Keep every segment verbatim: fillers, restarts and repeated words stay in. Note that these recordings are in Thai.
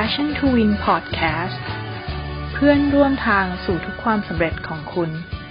Passion to Win Podcast เพื่อนร่วมทางสู่ทุกความสำเร็จของคุณ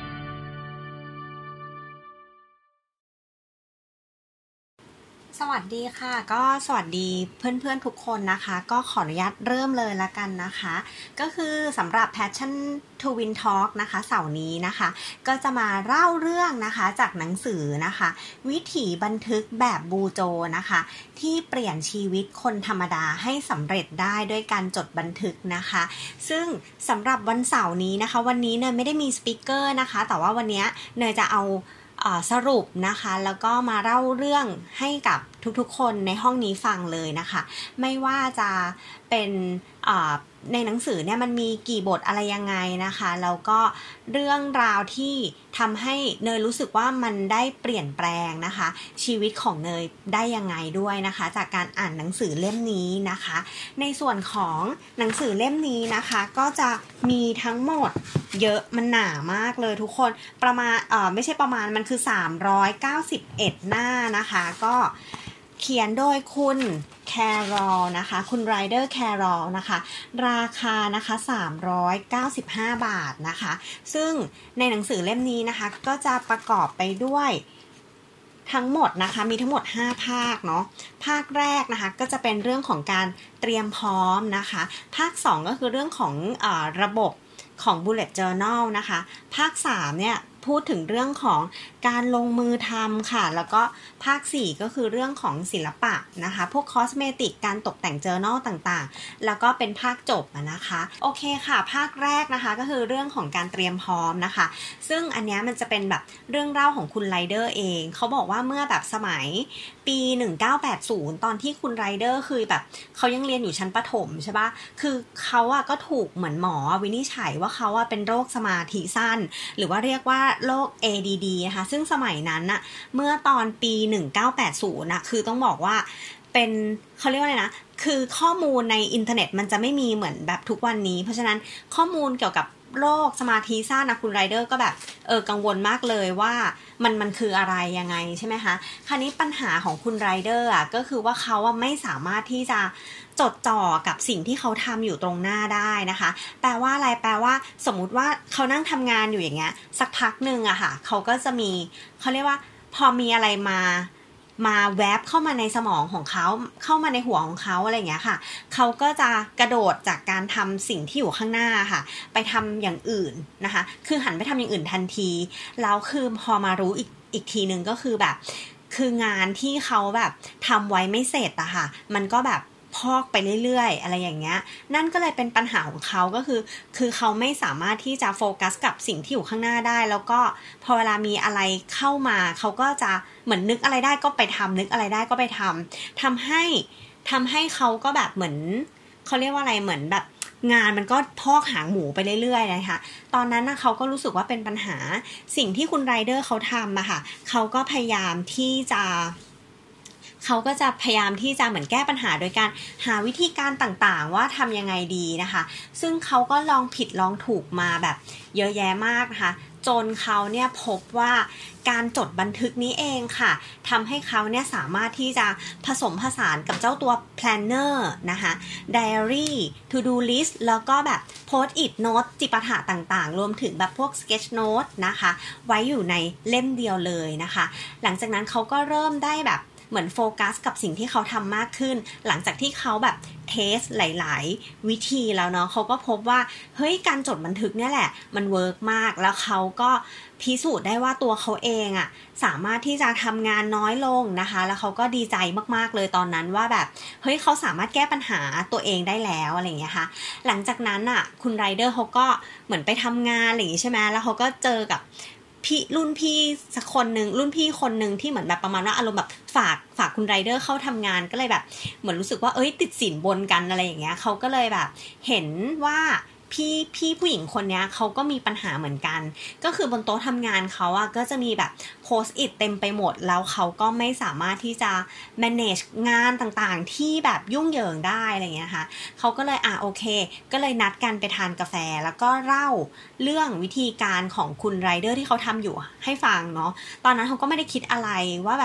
สวัสดีค่ะก็สวัสดีเพื่อนๆทุกคนนะคะก็ขออนุญาตเริ่มเลยละกันนะคะก็คือสำหรับ Passion to Win Talk นะคะเสาร์นี้นะคะก็จะมาเล่าเรื่องนะคะจากหนังสือนะคะวิถีบันทึกแบบบูโจนะคะที่เปลี่ยนชีวิตคนธรรมดาให้สำเร็จได้ด้วยการจดบันทึกนะคะซึ่งสำหรับวันเสาร์นี้นะคะวันนี้เนยไม่ได้มีสปีกเกอร์นะคะแต่ว่าวันนี้เนยจะเอาสรุปนะคะแล้วก็มาเล่าเรื่องให้กับทุกๆคนในห้องนี้ฟังเลยนะคะไม่ว่าจะเป็นในหนังสือเนี่ยมันมีกี่บทอะไรยังไงนะคะแล้วก็เรื่องราวที่ทำให้เนยรู้สึกว่ามันได้เปลี่ยนแปลงนะคะชีวิตของเนยได้ยังไงด้วยนะคะจากการอ่านหนังสือเล่มนี้นะคะในส่วนของหนังสือเล่มนี้นะคะก็จะมีทั้งหมดเยอะมันหนามากเลยทุกคนประมาณเอ่อไม่ใช่ประมาณมันคือสามร้อยเก้าสิบเอ็ดหน้านะคะก็เขียนโดยคุณแครอลนะคะคุณไรเดอร์แครอลนะคะราคานะคะสามร้อยเก้าสิบห้าบาทนะคะซึ่งในหนังสือเล่มนี้นะคะก็จะประกอบไปด้วยทั้งหมดนะคะมีทั้งหมดห้าภาคเนาะภาคแรกนะคะก็จะเป็นเรื่องของการเตรียมพร้อมนะคะภาคสองก็คือเรื่องของเอ่อระบบของ Bullet Journal นะคะภาคสามเนี่ยพูดถึงเรื่องของการลงมือทำค่ะแล้วก็ภาคสี่ก็คือเรื่องของศิลปะนะคะพวกคอสเมติกการตกแต่ง journal ต่างๆแล้วก็เป็นภาคจบนะคะโอเคค่ะภาคแรกนะคะก็คือเรื่องของการเตรียมพร้อมนะคะซึ่งอันนี้มันจะเป็นแบบเรื่องเล่าของคุณไรเดอร์เองเขาบอกว่าเมื่อแบบสมัยปีหนึ่งเก้าแปดศูนย์ตอนที่คุณไรเดอร์คือแบบเขายังเรียนอยู่ชั้นประถมใช่ปะคือเขาอะก็ถูกเหมือนหมอวินิจฉัยว่าเขาอะเป็นโรคสมาธิสั้นหรือว่าเรียกว่าโรค เอ ดี ดี นะคะซึ่งสมัยนั้นน่ะเมื่อตอนปีหนึ่งเก้าแปดศูนย์น่ะคือต้องบอกว่าเป็นเขาเรียกว่าอะไรนะคือข้อมูลในอินเทอร์เน็ตมันจะไม่มีเหมือนแบบทุกวันนี้เพราะฉะนั้นข้อมูลเกี่ยวกับโรคสมาธิสั้นนะคุณไรเดอร์ก็แบบเออกังวลมากเลยว่ามันมันคืออะไรยังไงใช่ไหมคะคราวนี้ปัญหาของคุณไรเดอร์อ่ะก็คือว่าเขาอ่ะไม่สามารถที่จะจดจ่อกับสิ่งที่เขาทำอยู่ตรงหน้าได้นะคะแปลว่าอะไรแปลว่าสมมุติว่าเขานั่งทำงานอยู่อย่างเงี้ยสักพักนึงอะค่ะเขาก็จะมีเขาเรียกว่าพอมีอะไรมามาแวบเข้ามาในสมองของเขาเข้ามาในหัวของเขาอะไรอย่างเงี้ยค่ะเขาก็จะกระโดดจากการทำสิ่งที่อยู่ข้างหน้าค่ะไปทำอย่างอื่นนะคะคือหันไปทำอย่างอื่นทันทีแล้วคือพอมารู้อีกอีกทีนึงก็คือแบบคืองานที่เขาแบบทำไว้ไม่เสร็จอะค่ะมันก็แบบพอกไปเรื่อยๆอะไรอย่างเงี้ยนั่นก็เลยเป็นปัญหาของเขาก็คือคือเขาไม่สามารถที่จะโฟกัสกับสิ่งที่อยู่ข้างหน้าได้แล้วก็พอเวลามีอะไรเข้ามาเขาก็จะเหมือนนึกอะไรได้ก็ไปทำนึกอะไรได้ก็ไปทำทำให้ทำให้เขาก็แบบเหมือนเขาเรียกว่าอะไรเหมือนแบบงานมันก็พอกหางหมูไปเรื่อยๆนะคะตอนนั้นนะเขาก็รู้สึกว่าเป็นปัญหาสิ่งที่คุณไรเดอร์เขาทำอะค่ะเขาก็พยายามที่จะเขาก็จะพยายามที่จะเหมือนแก้ปัญหาโดยการหาวิธีการต่างๆว่าทำยังไงดีนะคะซึ่งเขาก็ลองผิดลองถูกมาแบบเยอะแยะมากนะคะจนเขาเนี่ยพบว่าการจดบันทึกนี้เองค่ะทำให้เขาเนี่ยสามารถที่จะผสมผสานกับเจ้าตัว planner นะคะ diary to do list แล้วก็แบบ post it note จิปาถะต่างๆรวมถึงแบบพวก sketch note นะคะไว้อยู่ในเล่มเดียวเลยนะคะหลังจากนั้นเขาก็เริ่มได้แบบเหมือนโฟกัสกับสิ่งที่เขาทำมากขึ้นหลังจากที่เขาแบบเทสหลายๆวิธีแล้วเนาะเขาก็พบว่าเฮ้ยการจดบันทึกเนี่ยแหละมันเวิร์กมากแล้วเขาก็พิสูจน์ได้ว่าตัวเขาเองอะสามารถที่จะทำงานน้อยลงนะคะแล้วเขาก็ดีใจมากๆเลยตอนนั้นว่าแบบเฮ้ยเขาสามารถแก้ปัญหาตัวเองได้แล้วอะไรอย่างเงี้ยค่ะหลังจากนั้นอะคุณไรเดอร์เขาก็เหมือนไปทำงานอะไรอย่างงี้ใช่ไหมแล้วเขาก็เจอกับพี่รุ่นพี่สักคนนึงรุ่นพี่คนนึงที่เหมือนแบบประมาณว่าอารมณ์แบบฝากฝากคุณไรเดอร์เข้าทำงานก็เลยแบบเหมือนรู้สึกว่าเอ้ยติดสินบนกันอะไรอย่างเงี้ยเขาก็เลยแบบเห็นว่าพี่พี่ผู้หญิงคนนี้เขาก็มีปัญหาเหมือนกันก็คือบนโต๊ะทำงานเขาอะก็จะมีแบบโพสต์อิทเต็มไปหมดแล้วเขาก็ไม่สามารถที่จะ manage งานต่างๆที่แบบยุ่งเหยิงได้อะไรอย่างเงี้ยค่ะเขาก็เลยอ่ะโอเคก็เลยนัดกันไปทานกาแฟแล้วก็เล่าเรื่องวิธีการของคุณไรเดอร์ที่เขาทำอยู่ให้ฟังเนาะตอนนั้นเขาก็ไม่ได้คิดอะไรว่าแบบ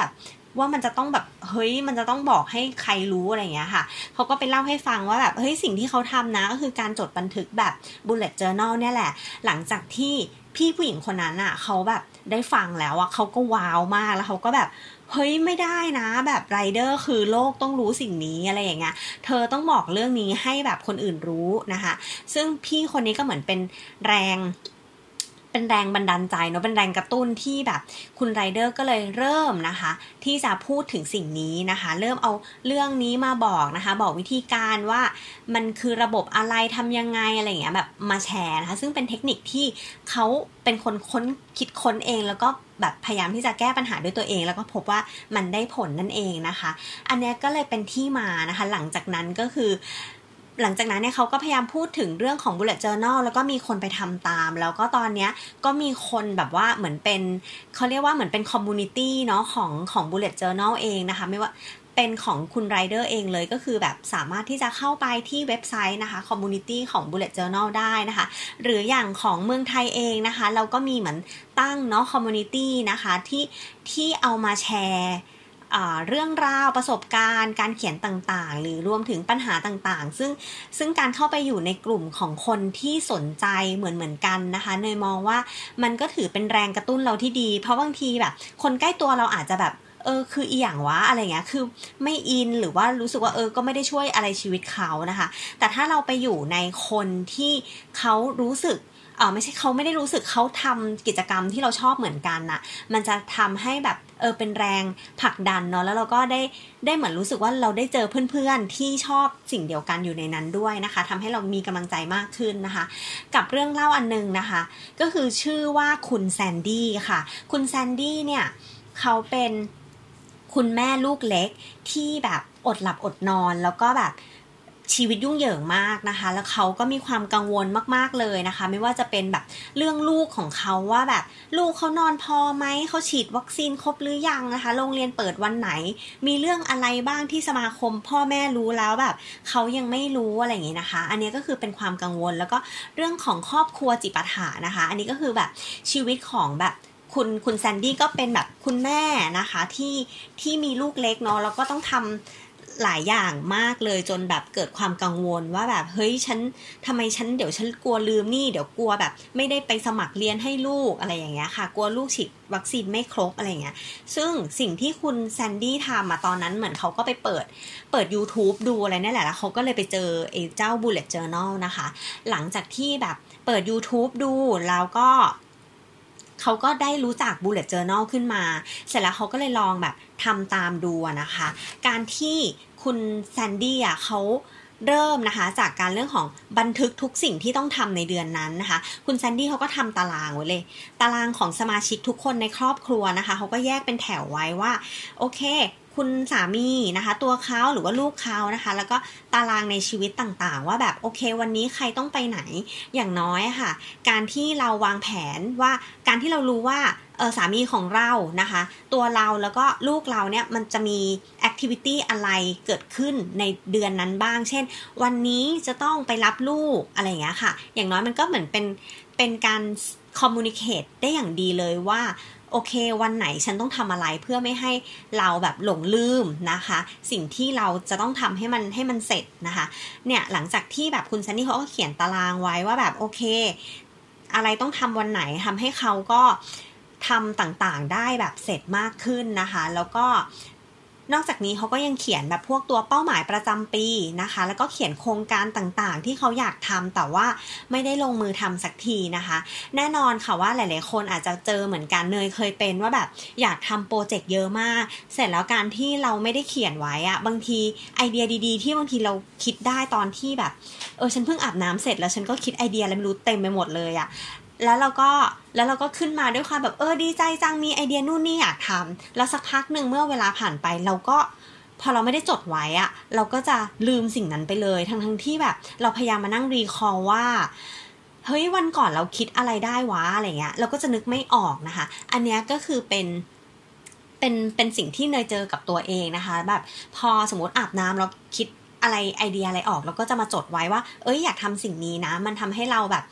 ว่ามันจะต้องแบบเฮ้ยมันจะต้องบอกให้ใครรู้อะไรอย่างเงี้ยค่ะเขาก็ไปเล่าให้ฟังว่าแบบเฮ้ยสิ่งที่เขาทำนะก็คือการจดบันทึกแบบ bullet journal เนี่ยแหละหลังจากที่พี่ผู้หญิงคนนั้นอ่ะเขาแบบได้ฟังแล้วอ่ะเขาก็ว้าวมากแล้วเขาก็แบบเฮ้ยไม่ได้นะแบบไรเดอร์คือโลกต้องรู้สิ่งนี้อะไรอย่างเงี้ยเธอต้องบอกเรื่องนี้ให้แบบคนอื่นรู้นะคะซึ่งพี่คนนี้ก็เหมือนเป็นแรงเป็นแรงบันดาลใจเนาะเป็นแรงกระตุ้นที่แบบคุณไรเดอร์ก็เลยเริ่มนะคะที่จะพูดถึงสิ่งนี้นะคะเริ่มเอาเรื่องนี้มาบอกนะคะบอกวิธีการว่ามันคือระบบอะไรทำยังไงอะไรอย่างเงี้ยแบบมาแชร์นะคะซึ่งเป็นเทคนิคที่เขาเป็นคนค้นคิดค้นเองแล้วก็แบบพยายามที่จะแก้ปัญหาด้วยตัวเองแล้วก็พบว่ามันได้ผลนั่นเองนะคะอันนี้ก็เลยเป็นที่มานะคะหลังจากนั้นก็คือหลังจากนั้นเนี่ยเขาก็พยายามพูดถึงเรื่องของ bullet journal แล้วก็มีคนไปทำตามแล้วก็ตอนนี้ก็มีคนแบบว่าเหมือนเป็นเขาเรียกว่าเหมือนเป็น community เนาะของของ bullet journal เองนะคะไม่ว่าเป็นของคุณไรเดอร์เองเลยก็คือแบบสามารถที่จะเข้าไปที่เว็บไซต์นะคะ community ของ bullet journal ได้นะคะหรืออย่างของเมืองไทยเองนะคะเราก็มีเหมือนตั้งเนาะ community นะคะที่ที่เอามาแชร์เรื่องราวประสบการณ์การเขียนต่างๆหรือรวมถึงปัญหาต่างๆซึ่งซึ่งการเข้าไปอยู่ในกลุ่มของคนที่สนใจเหมือนเหมือนกันนะคะเนยมองว่ามันก็ถือเป็นแรงกระตุ้นเราที่ดีเพราะบางทีแบบคนใกล้ตัวเราอาจจะแบบเออคืออีหยังวะอะไรเงี้ยคือไม่อินหรือว่ารู้สึกว่าเออก็ไม่ได้ช่วยอะไรชีวิตเขานะคะแต่ถ้าเราไปอยู่ในคนที่เขารู้สึกเออไม่ใช่เขาไม่ได้รู้สึกเขาทำกิจกรรมที่เราชอบเหมือนกันน่ะมันจะทำให้แบบเออเป็นแรงผลักดันเนาะแล้วเราก็ได้ได้เหมือนรู้สึกว่าเราได้เจอเพื่อนๆที่ชอบสิ่งเดียวกันอยู่ในนั้นด้วยนะคะทำให้เรามีกำลังใจมากขึ้นนะคะกับเรื่องเล่าอันนึงนะคะก็คือชื่อว่าคุณแซนดี้ค่ะคุณแซนดี้เนี่ยเขาเป็นคุณแม่ลูกเล็กที่แบบอดหลับอดนอนแล้วก็แบบชีวิตยุ่งเหยิงมากนะคะแล้วเขาก็มีความกังวลมากๆเลยนะคะไม่ว่าจะเป็นแบบเรื่องลูกของเขาว่าแบบลูกเขานอนพอไหมเขาฉีดวัคซีนครบหรือยังนะคะโรงเรียนเปิดวันไหนมีเรื่องอะไรบ้างที่สมาคมพ่อแม่รู้แล้วแบบเขายังไม่รู้อะไรอย่างนี้นะคะอันนี้ก็คือเป็นความกังวลแล้วก็เรื่องของครอบครัวจิปาถะนะคะอันนี้ก็คือแบบชีวิตของแบบคุณคุณแซนดี้ก็เป็นแบบคุณแม่นะคะที่ที่มีลูกเล็กเนาะแล้วก็ต้องทำหลายอย่างมากเลยจนแบบเกิดความกังวลว่าแบบเฮ้ยฉันทำไมฉันเดี๋ยวฉันกลัวลืมนี่เดี๋ยวกลัวแบบไม่ได้ไปสมัครเรียนให้ลูกอะไรอย่างเงี้ยค่ะกลัวลูกฉีดวัคซีนไม่ครบอะไรเงี้ยซึ่งสิ่งที่คุณแซนดี้ทำมาตอนนั้นเหมือนเขาก็ไปเปิดเปิด YouTube ดูอะไรนั่นแหละแล้วเขาก็เลยไปเจอไอ้เจ้า Bullet Journal นะคะหลังจากที่แบบเปิด YouTube ดูแล้วก็เขาก็ได้รู้จัก Bullet Journal ขึ้นมาเสร็จแล้วเขาก็เลยลองแบบทำตามดูนะคะการที่คุณแซนดี้อ่ะเขาเริ่มนะคะจากการเรื่องของบันทึกทุกสิ่งที่ต้องทำในเดือนนั้นนะคะคุณแซนดี้เขาก็ทำตารางไว้เลยตารางของสมาชิกทุกคนในครอบครัวนะคะเขาก็แยกเป็นแถวไว้ว่าโอเคคุณสามีนะคะตัวเขาหรือว่าลูกเขานะคะแล้วก็ตารางในชีวิตต่างๆว่าแบบโอเควันนี้ใครต้องไปไหนอย่างน้อยค่ะการที่เราวางแผนว่าการที่เรารู้ว่าเออสามีของเรานะคะตัวเราแล้วก็ลูกเราเนี่ยมันจะมีแอคทิวิตี้อะไรเกิดขึ้นในเดือนนั้นบ้างเช่นวันนี้จะต้องไปรับลูกอะไรอย่างเงี้ยค่ะอย่างน้อยมันก็เหมือนเป็นเป็นการคอมมูนิเคตได้อย่างดีเลยว่าโอเควันไหนฉันต้องทำอะไรเพื่อไม่ให้เราแบบหลงลืมนะคะสิ่งที่เราจะต้องทำให้มันให้มันเสร็จนะคะเนี่ยหลังจากที่แบบคุณซันนี่เขาก็เขียนตารางไว้ว่าแบบโอเคอะไรต้องทำวันไหนทำให้เขาก็ทำต่างๆได้แบบเสร็จมากขึ้นนะคะแล้วก็นอกจากนี้เขาก็ยังเขียนแบบพวกตัวเป้าหมายประจำปีนะคะแล้วก็เขียนโครงการต่างๆที่เขาอยากทำแต่ว่าไม่ได้ลงมือทำสักทีนะคะแน่นอนค่ะว่าหลายๆคนอาจจะเจอเหมือนกันเนยเคยเป็นว่าแบบอยากทำโปรเจกต์เยอะมากเสร็จแล้วการที่เราไม่ได้เขียนไว้อะบางทีไอเดียดีๆที่บางทีเราคิดได้ตอนที่แบบเออฉันเพิ่งอาบน้ำเสร็จแล้วฉันก็คิดไอเดียอะไรไม่รู้เต็มไปหมดเลยอะแล้วเราก็แล้วเราก็ขึ้นมาด้วยความแบบเออดีใจจังมีไอเดียนู่นนี่อยากทำแล้วสักพักหนึ่งเมื่อเวลาผ่านไปเราก็พอเราไม่ได้จดไว้อะเราก็จะลืมสิ่งนั้นไปเลยทั้งทั้งที่แบบเราพยายามมานั่งรีคอลว่าเฮ้ยวันก่อนเราคิดอะไรได้วะอะไรเงี้ยเราก็จะนึกไม่ออกนะคะอันเนี้ยก็คือเป็นเป็นเป็นสิ่งที่เนยเจอกับตัวเองนะคะแบบพอสมมติอาบน้ำเราคิดอะไรไอเดียอะไรออกเราก็จะมาจดไว้ว่าเอ้ยอยากทำสิ่งนี้นะมันทำให้เราแบบ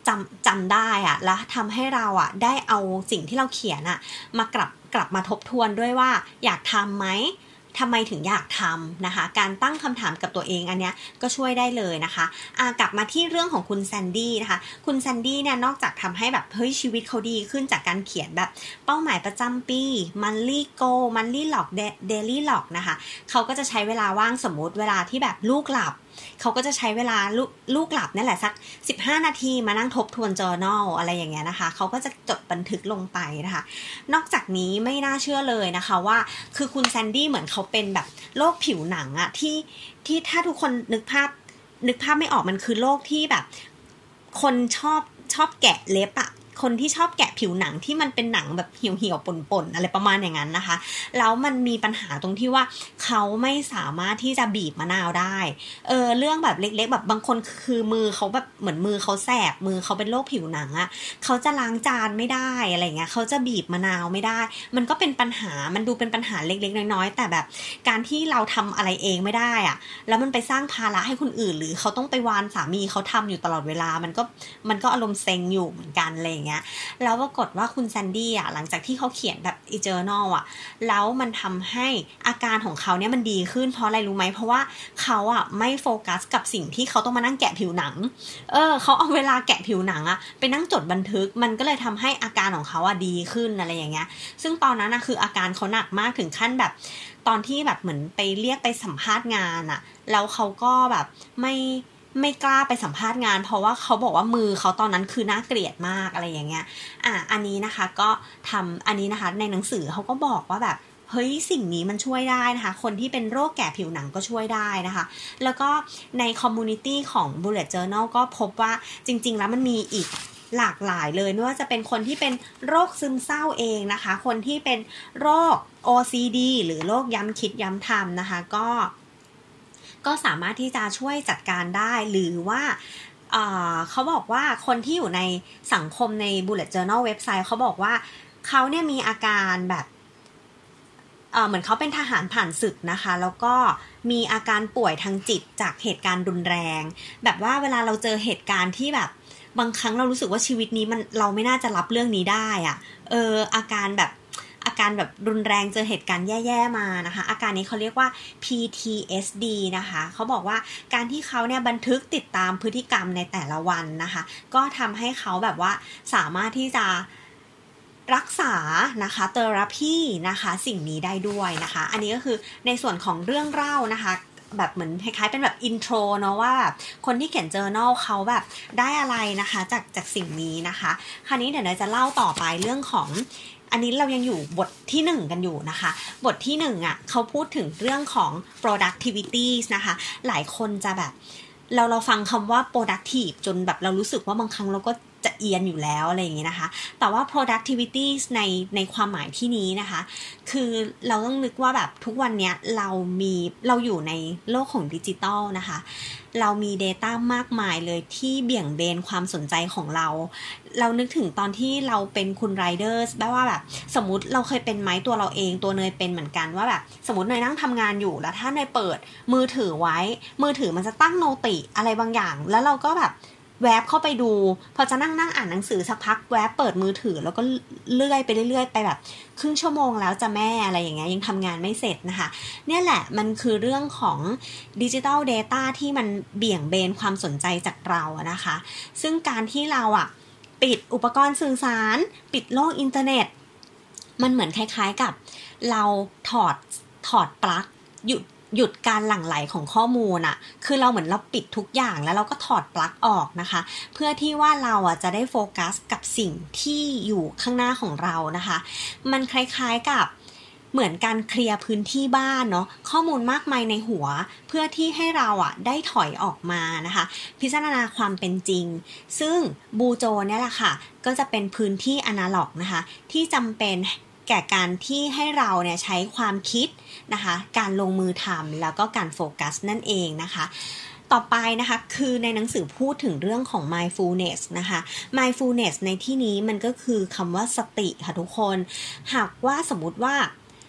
จำจำได้อะแล้วทำให้เราอะได้เอาสิ่งที่เราเขียนอะมากลับกลับมาทบทวนด้วยว่าอยากทำไหมทำไมถึงอยากทำนะคะการตั้งคำถามกับตัวเองอันเนี้ยก็ช่วยได้เลยนะคะอ่ากลับมาที่เรื่องของคุณแซนดี้นะคะคุณแซนดี้เนี่ยนอกจากทำให้แบบเฮ้ยชีวิตเขาดีขึ้นจากการเขียนแบบเป้าหมายประจำปี monthly goal monthly log daily log นะคะเขาก็จะใช้เวลาว่างสมมุติเวลาที่แบบลูกหลับเขาก็จะใช้เวลาลลูกหลับนี่แหละสักสิบห้านาทีมานั่งทบทวน journal อะไรอย่างเงี้ยนะคะเขาก็จะจดบันทึกลงไปนะคะนอกจากนี้ไม่น่าเชื่อเลยนะคะว่าคือคุณแซนดี้เหมือนเขาเป็นแบบโรคผิวหนังอะที่ที่ถ้าทุกคนนึกภาพนึกภาพไม่ออกมันคือโรคที่แบบคนชอบชอบแกะเล็บอะคนที่ชอบแกะผิวหนังที่มันเป็นหนังแบบเหี่ยวๆป่นๆอะไรประมาณอย่างนั้นนะคะแล้วมันมีปัญหาตรงที่ว่าเขาไม่สามารถที่จะบีบมะนาวได้เออเรื่องแบบเล็กๆแบบบางคนคือมือเขาแบบเหมือนมือเขาแสบมือเขาเป็นโรคผิวหนังอะเขาจะล้างจานไม่ได้อะไรเงี้ยเขาจะบีบมะนาวไม่ได้มันก็เป็นปัญหามันดูเป็นปัญหาเล็กๆน้อยๆแต่แบบการที่เราทำอะไรเองไม่ได้อะแล้วมันไปสร้างภาระให้คนอื่นหรือเขาต้องไปวานสามีเขาทำอยู่ตลอดเวลามันก็มันก็อารมณ์เซ็งอยู่เหมือนกันอะไรเงี้ยแล้วปรากฏว่าคุณแซนดี้อ่ะหลังจากที่เขาเขียนแบบ e-journal อ่ะแล้วมันทำให้อาการของเขาเนี่ยมันดีขึ้นเพราะอะไรรู้ไหมเพราะว่าเขาอ่ะไม่โฟกัสกับสิ่งที่เขาต้องมานั่งแกะผิวหนังเออเขาเอาเวลาแกะผิวหนังอ่ะไปนั่งจดบันทึกมันก็เลยทำให้อาการของเขาอ่ะดีขึ้นอะไรอย่างเงี้ยซึ่งตอนนั้นนะคืออาการเขาหนักมากถึงขั้นแบบตอนที่แบบเหมือนไปเรียกไปสัมภาษณ์งานอ่ะแล้วเขาก็แบบไม่ไม่กล้าไปสัมภาษณ์งานเพราะว่าเขาบอกว่ามือเขาตอนนั้นคือน่าเกลียดมากอะไรอย่างเงี้ยอ่ะอันนี้นะคะก็ทำอันนี้นะคะในหนังสือเขาก็บอกว่าแบบเฮ้ยสิ่งนี้มันช่วยได้นะคะคนที่เป็นโรคแก่ผิวหนังก็ช่วยได้นะคะแล้วก็ในคอมมูนิตี้ของ Bullet Journal ก็พบว่าจริงๆแล้วมันมีอีกหลากหลายเลยไม่ว่าจะเป็นคนที่เป็นโรคซึมเศร้าเองนะคะคนที่เป็นโรค โอ ซี ดี หรือโรคย้ำคิดย้ำทำนะคะก็ก็สามารถที่จะช่วยจัดการได้หรือว่าเอ่อเขาบอกว่าคนที่อยู่ในสังคมใน Bullet Journal เว็บไซต์เขาบอกว่าเขาเนี่ยมีอาการแบบเอ่อเหมือนเขาเป็นทหารผ่านศึกนะคะแล้วก็มีอาการป่วยทางจิตจากเหตุการณ์รุนแรงแบบว่าเวลาเราเจอเหตุการณ์ที่แบบบางครั้งเรารู้สึกว่าชีวิตนี้มันเราไม่น่าจะรับเรื่องนี้ได้อะเอออาการแบบอาการแบบรุนแรงเจอเหตุการณ์แย่ๆมานะคะอาการนี้เขาเรียกว่า พี ที เอส ดี นะคะเขาบอกว่าการที่เขาเนี่ยบันทึกติดตามพฤติกรรมในแต่ละวันนะคะก็ทำให้เขาแบบว่าสามารถที่จะรักษานะคะเทอราพีนะคะสิ่งนี้ได้ด้วยนะคะอันนี้ก็คือในส่วนของเรื่องเล่านะคะแบบเหมือนคล้ายๆเป็นแบบอินโทรเนาะว่าแบบคนที่เขียน journal เขาแบบได้อะไรนะคะจากจากสิ่งนี้นะคะคราวนี้เดี๋ยวเราจะเล่าต่อไปเรื่องของอันนี้เรายังอยู่บทที่หนึ่งกันอยู่นะคะบทที่หนึ่งอ่ะเขาพูดถึงเรื่องของ productivity นะคะหลายคนจะแบบเราเราฟังคำว่า productive จนแบบเรารู้สึกว่าบางครั้งเราก็จะเอียนอยู่แล้วอะไรอย่างเงี้ยนะคะแต่ว่า productivity ในในความหมายที่นี้นะคะคือเราต้องนึกว่าแบบทุกวันนี้เรามีเราอยู่ในโลกของดิจิตอลนะคะเรามี data มากมายเลยที่เบี่ยงเบนความสนใจของเราเรานึกถึงตอนที่เราเป็นคุณไรเดอร์แบบว่าแบบสมมุติเราเคยเป็นไหมตัวเราเองตัวเนยเป็นเหมือนกันว่าแบบสมมติเนยนั่งทำงานอยู่แล้วถ้าเนยเปิดมือถือไว้มือถือมันจะตั้งโนติอะไรบางอย่างแล้วเราก็แบบแวบเข้าไปดูพอจะนั่งนั่งอ่านหนังสือสักพักแวบเปิดมือถือแล้วก็เลื่อยไปเรื่อยๆไปแบบครึ่งชั่วโมงแล้วจะแม่อะไรอย่างเงี้ยยังทำงานไม่เสร็จนะคะเนี่ยแหละมันคือเรื่องของดิจิทัล data ที่มันเบี่ยงเบนความสนใจจากเราอะนะคะซึ่งการที่เราอะปิดอุปกรณ์สื่อสารปิดโลกอินเทอร์เน็ตมันเหมือนคล้ายๆกับเราถอดถอดปลั๊กหยุดหยุดการหลั่งไหลของข้อมูลอะคือเราเหมือนเราปิดทุกอย่างแล้วเราก็ถอดปลั๊กออกนะคะเพื่อที่ว่าเราอะจะได้โฟกัสกับสิ่งที่อยู่ข้างหน้าของเรานะคะมันคล้ายๆกับเหมือนการเคลียร์พื้นที่บ้านเนาะข้อมูลมากมายในหัวเพื่อที่ให้เราอะได้ถอยออกมานะคะพิจารณาความเป็นจริงซึ่งบูโจเนี่ยแหละค่ะก็จะเป็นพื้นที่อนาล็อกนะคะที่จำเป็นแก่การที่ให้เราเนี่ยใช้ความคิดนะคะการลงมือทำแล้วก็การโฟกัสนั่นเองนะคะต่อไปนะคะคือในหนังสือพูดถึงเรื่องของ mindfulness นะคะ mindfulness ในที่นี้มันก็คือคำว่าสติค่ะทุกคนหากว่าสมมุติว่า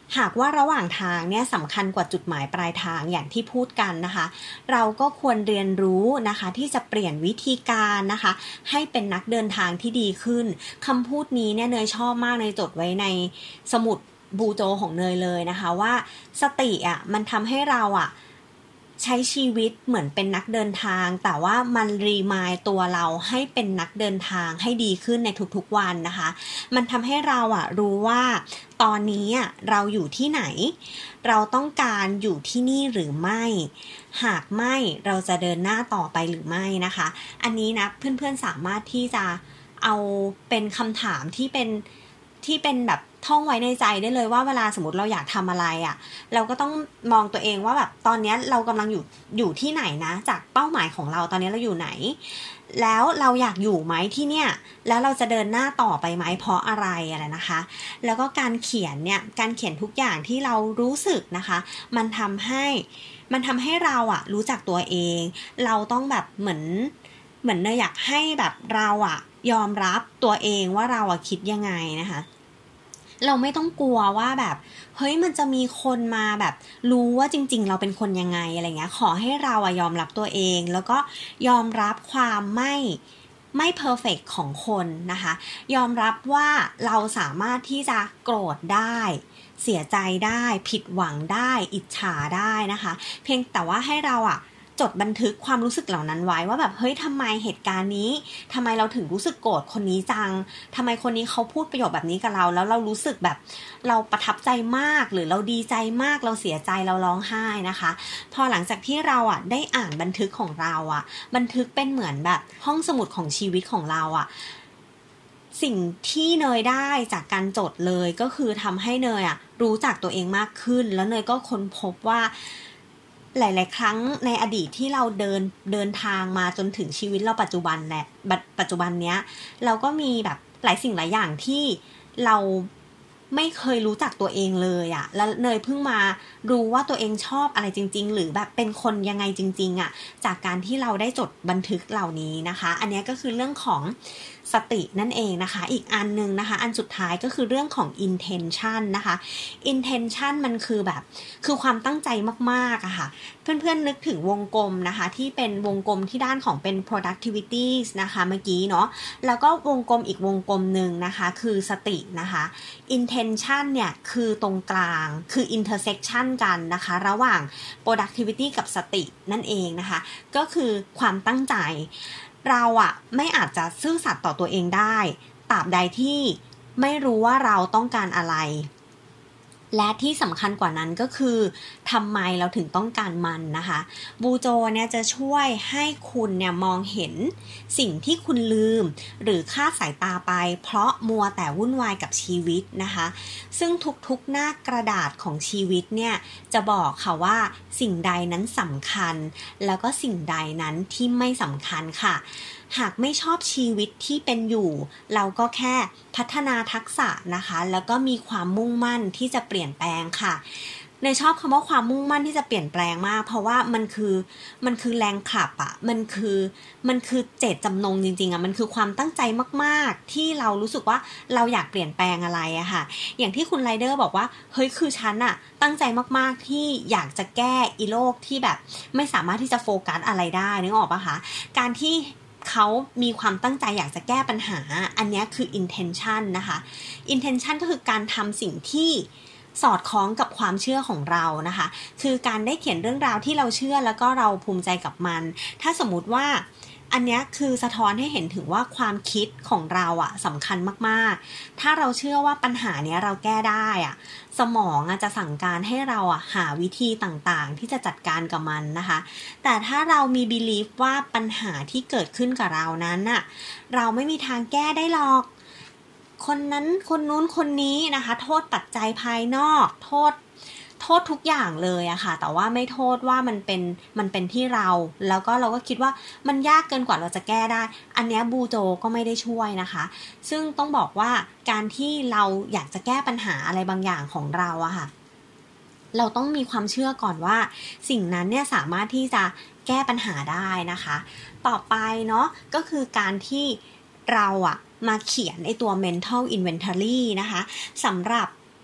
หากว่าระหว่างทางเนี่ยสำคัญกว่าจุดหมายปลายทางอย่างที่พูดกันนะคะเราก็ควรเรียนรู้นะคะที่จะเปลี่ยนวิธีการนะคะให้เป็นนักเดินทางที่ดีขึ้นคำพูดนี้เนี่ยเนยชอบมากเนยจดไว้ในสมุดบูโจของเนยเลยนะคะว่าสติอ่ะมันทำให้เราอ่ะใช้ชีวิตเหมือนเป็นนักเดินทางแต่ว่ามันรีมายด์ตัวเราให้เป็นนักเดินทางให้ดีขึ้นในทุกๆวันนะคะมันทำให้เราอ่ะรู้ว่าตอนนี้อ่ะเราอยู่ที่ไหนเราต้องการอยู่ที่นี่หรือไม่หากไม่เราจะเดินหน้าต่อไปหรือไม่นะคะอันนี้นะเพื่อนๆสามารถที่จะเอาเป็นคำถามที่เป็นที่เป็นแบบท่องไว้ในใจได้เลยว่าเวลาสมมติเราอยากทำอะไรอ่ะเราก็ต้องมองตัวเองว่าแบบตอนนี้เรากำลังอยู่อยู่ที่ไหนนะจากเป้าหมายของเราตอนนี้เราอยู่ไหนแล้วเราอยากอยู่ไหมที่เนี่ยแล้วเราจะเดินหน้าต่อไปไหมเพราะอะไรอะไรนะคะแล้วก็การเขียนเนี่ยการเขียนทุกอย่างที่เรารู้สึกนะคะมันทำให้มันทำให้เราอ่ะรู้จักตัวเองเราต้องแบบเหมือนเหมือนเนยอยากให้แบบเราอ่ะยอมรับตัวเองว่าเราอ่ะคิดยังไงนะคะเราไม่ต้องกลัวว่าแบบเฮ้ยมันจะมีคนมาแบบรู้ว่าจริงๆเราเป็นคนยังไงอะไรเงี้ยขอให้เราอะยอมรับตัวเองแล้วก็ยอมรับความไม่ไม่เพอร์เฟกต์ของคนนะคะยอมรับว่าเราสามารถที่จะโกรธได้เสียใจได้ผิดหวังได้อิจฉาได้นะคะเพียงแต่ว่าให้เราอะจดบันทึกความรู้สึกเหล่านั้นไว้ว่าแบบเฮ้ยทำไมเหตุการณ์นี้ทำไมเราถึงรู้สึกโกรธคนนี้จังทำไมคนนี้เขาพูดประโยคแบบนี้กับเราแล้วเรารู้สึกแบบเราประทับใจมากหรือเราดีใจมากเราเสียใจเราร้องไห้นะคะพอหลังจากที่เราอ่ะได้อ่านบันทึกของเราอ่ะบันทึกเป็นเหมือนแบบห้องสมุดของชีวิตของเราอ่ะสิ่งที่เนยได้จากการจดเลยก็คือทำให้เนยอ่ะรู้จักตัวเองมากขึ้นแล้วเนยก็ค้นพบว่าหลายๆครั้งในอดีตที่เราเดินเดินทางมาจนถึงชีวิตเราปัจจุบันแหละปัจจุบันเนี้ยเราก็มีแบบหลายสิ่งหลายอย่างที่เราไม่เคยรู้จักตัวเองเลยอะแล้วเนยเพิ่งมารู้ว่าตัวเองชอบอะไรจริงๆหรือแบบเป็นคนยังไงจริงๆอะจากการที่เราได้จดบันทึกเหล่านี้นะคะอันนี้ก็คือเรื่องของสตินั่นเองนะคะอีกอันนึงนะคะอันสุดท้ายก็คือเรื่องของ intention นะคะ intention มันคือแบบคือความตั้งใจมากๆอะค่ะเพื่อนๆนึกถึงวงกลมนะคะที่เป็นวงกลมที่ด้านของเป็น productivity นะคะเมื่อกี้เนาะแล้วก็วงกลมอีกวงกลมนึงนะคะคือสตินะคะ intention เนี่ยคือตรงกลางคือ intersection กันนะคะระหว่าง productivity กับสตินั่นเองนะคะก็คือความตั้งใจเราอะไม่อาจจะซื่อสัตย์ต่อตัวเองได้ตราบใดที่ไม่รู้ว่าเราต้องการอะไรและที่สำคัญกว่านั้นก็คือทำไมเราถึงต้องการมันนะคะบูโจเนี่ยจะช่วยให้คุณเนี่ยมองเห็นสิ่งที่คุณลืมหรือคลาดสายตาไปเพราะมัวแต่วุ่นวายกับชีวิตนะคะซึ่งทุกๆหน้ากระดาษของชีวิตเนี่ยจะบอกค่ะว่าสิ่งใดนั้นสำคัญแล้วก็สิ่งใดนั้นที่ไม่สำคัญค่ะหากไม่ชอบชีวิตที่เป็นอยู่เราก็แค่พัฒนาทักษะนะคะแล้วก็มีความมุ่งมั่นที่จะเปลี่ยนแปลงค่ะเนยชอบคำว่าความมุ่งมั่นที่จะเปลี่ยนแปลงมากเพราะว่ามันคือมันคือแรงขับอ่ะมันคือมันคือเจตจำนงจริงๆอ่ะมันคือความตั้งใจมากๆที่เรารู้สึกว่าเราอยากเปลี่ยนแปลงอะไรอะค่ะอย่างที่คุณไรเดอร์บอกว่าเฮ้ยคือฉันอะตั้งใจมากๆที่อยากจะแก้อีโลกที่แบบไม่สามารถที่จะโฟกัสอะไรได้นึกออกปะคะการที่เขามีความตั้งใจอยากจะแก้ปัญหาอันนี้คือ intention นะคะ intention ก็คือการทำสิ่งที่สอดคล้องกับความเชื่อของเรานะคะคือการได้เขียนเรื่องราวที่เราเชื่อแล้วก็เราภูมิใจกับมันถ้าสมมุติว่าอันนี้คือสะท้อนให้เห็นถึงว่าความคิดของเราอะสำคัญมากๆถ้าเราเชื่อว่าปัญหาเนี้ยเราแก้ได้อะสมองอะจะสั่งการให้เราอะหาวิธีต่างๆที่จะจัดการกับมันนะคะแต่ถ้าเรามี belief ว่าปัญหาที่เกิดขึ้นกับเรานั้นอะเราไม่มีทางแก้ได้หรอกคนนั้นคนนู้นคนนี้นะคะโทษปัจจัยภายนอกโทษโทษทุกอย่างเลยอะค่ะแต่ว่าไม่โทษว่ามันเป็นมันเป็นที่เราแล้วก็เราก็คิดว่ามันยากเกินกว่าเราจะแก้ได้อันนี้บูโจก็ไม่ได้ช่วยนะคะซึ่งต้องบอกว่าการที่เราอยากจะแก้ปัญหาอะไรบางอย่างของเราอะค่ะเราต้องมีความเชื่อก่อนว่าสิ่งนั้นเนี่ยสามารถที่จะแก้ปัญหาได้นะคะต่อไปเนาะก็คือการที่เราอะมาเขียนไอตัว mental inventory นะคะสำหรับ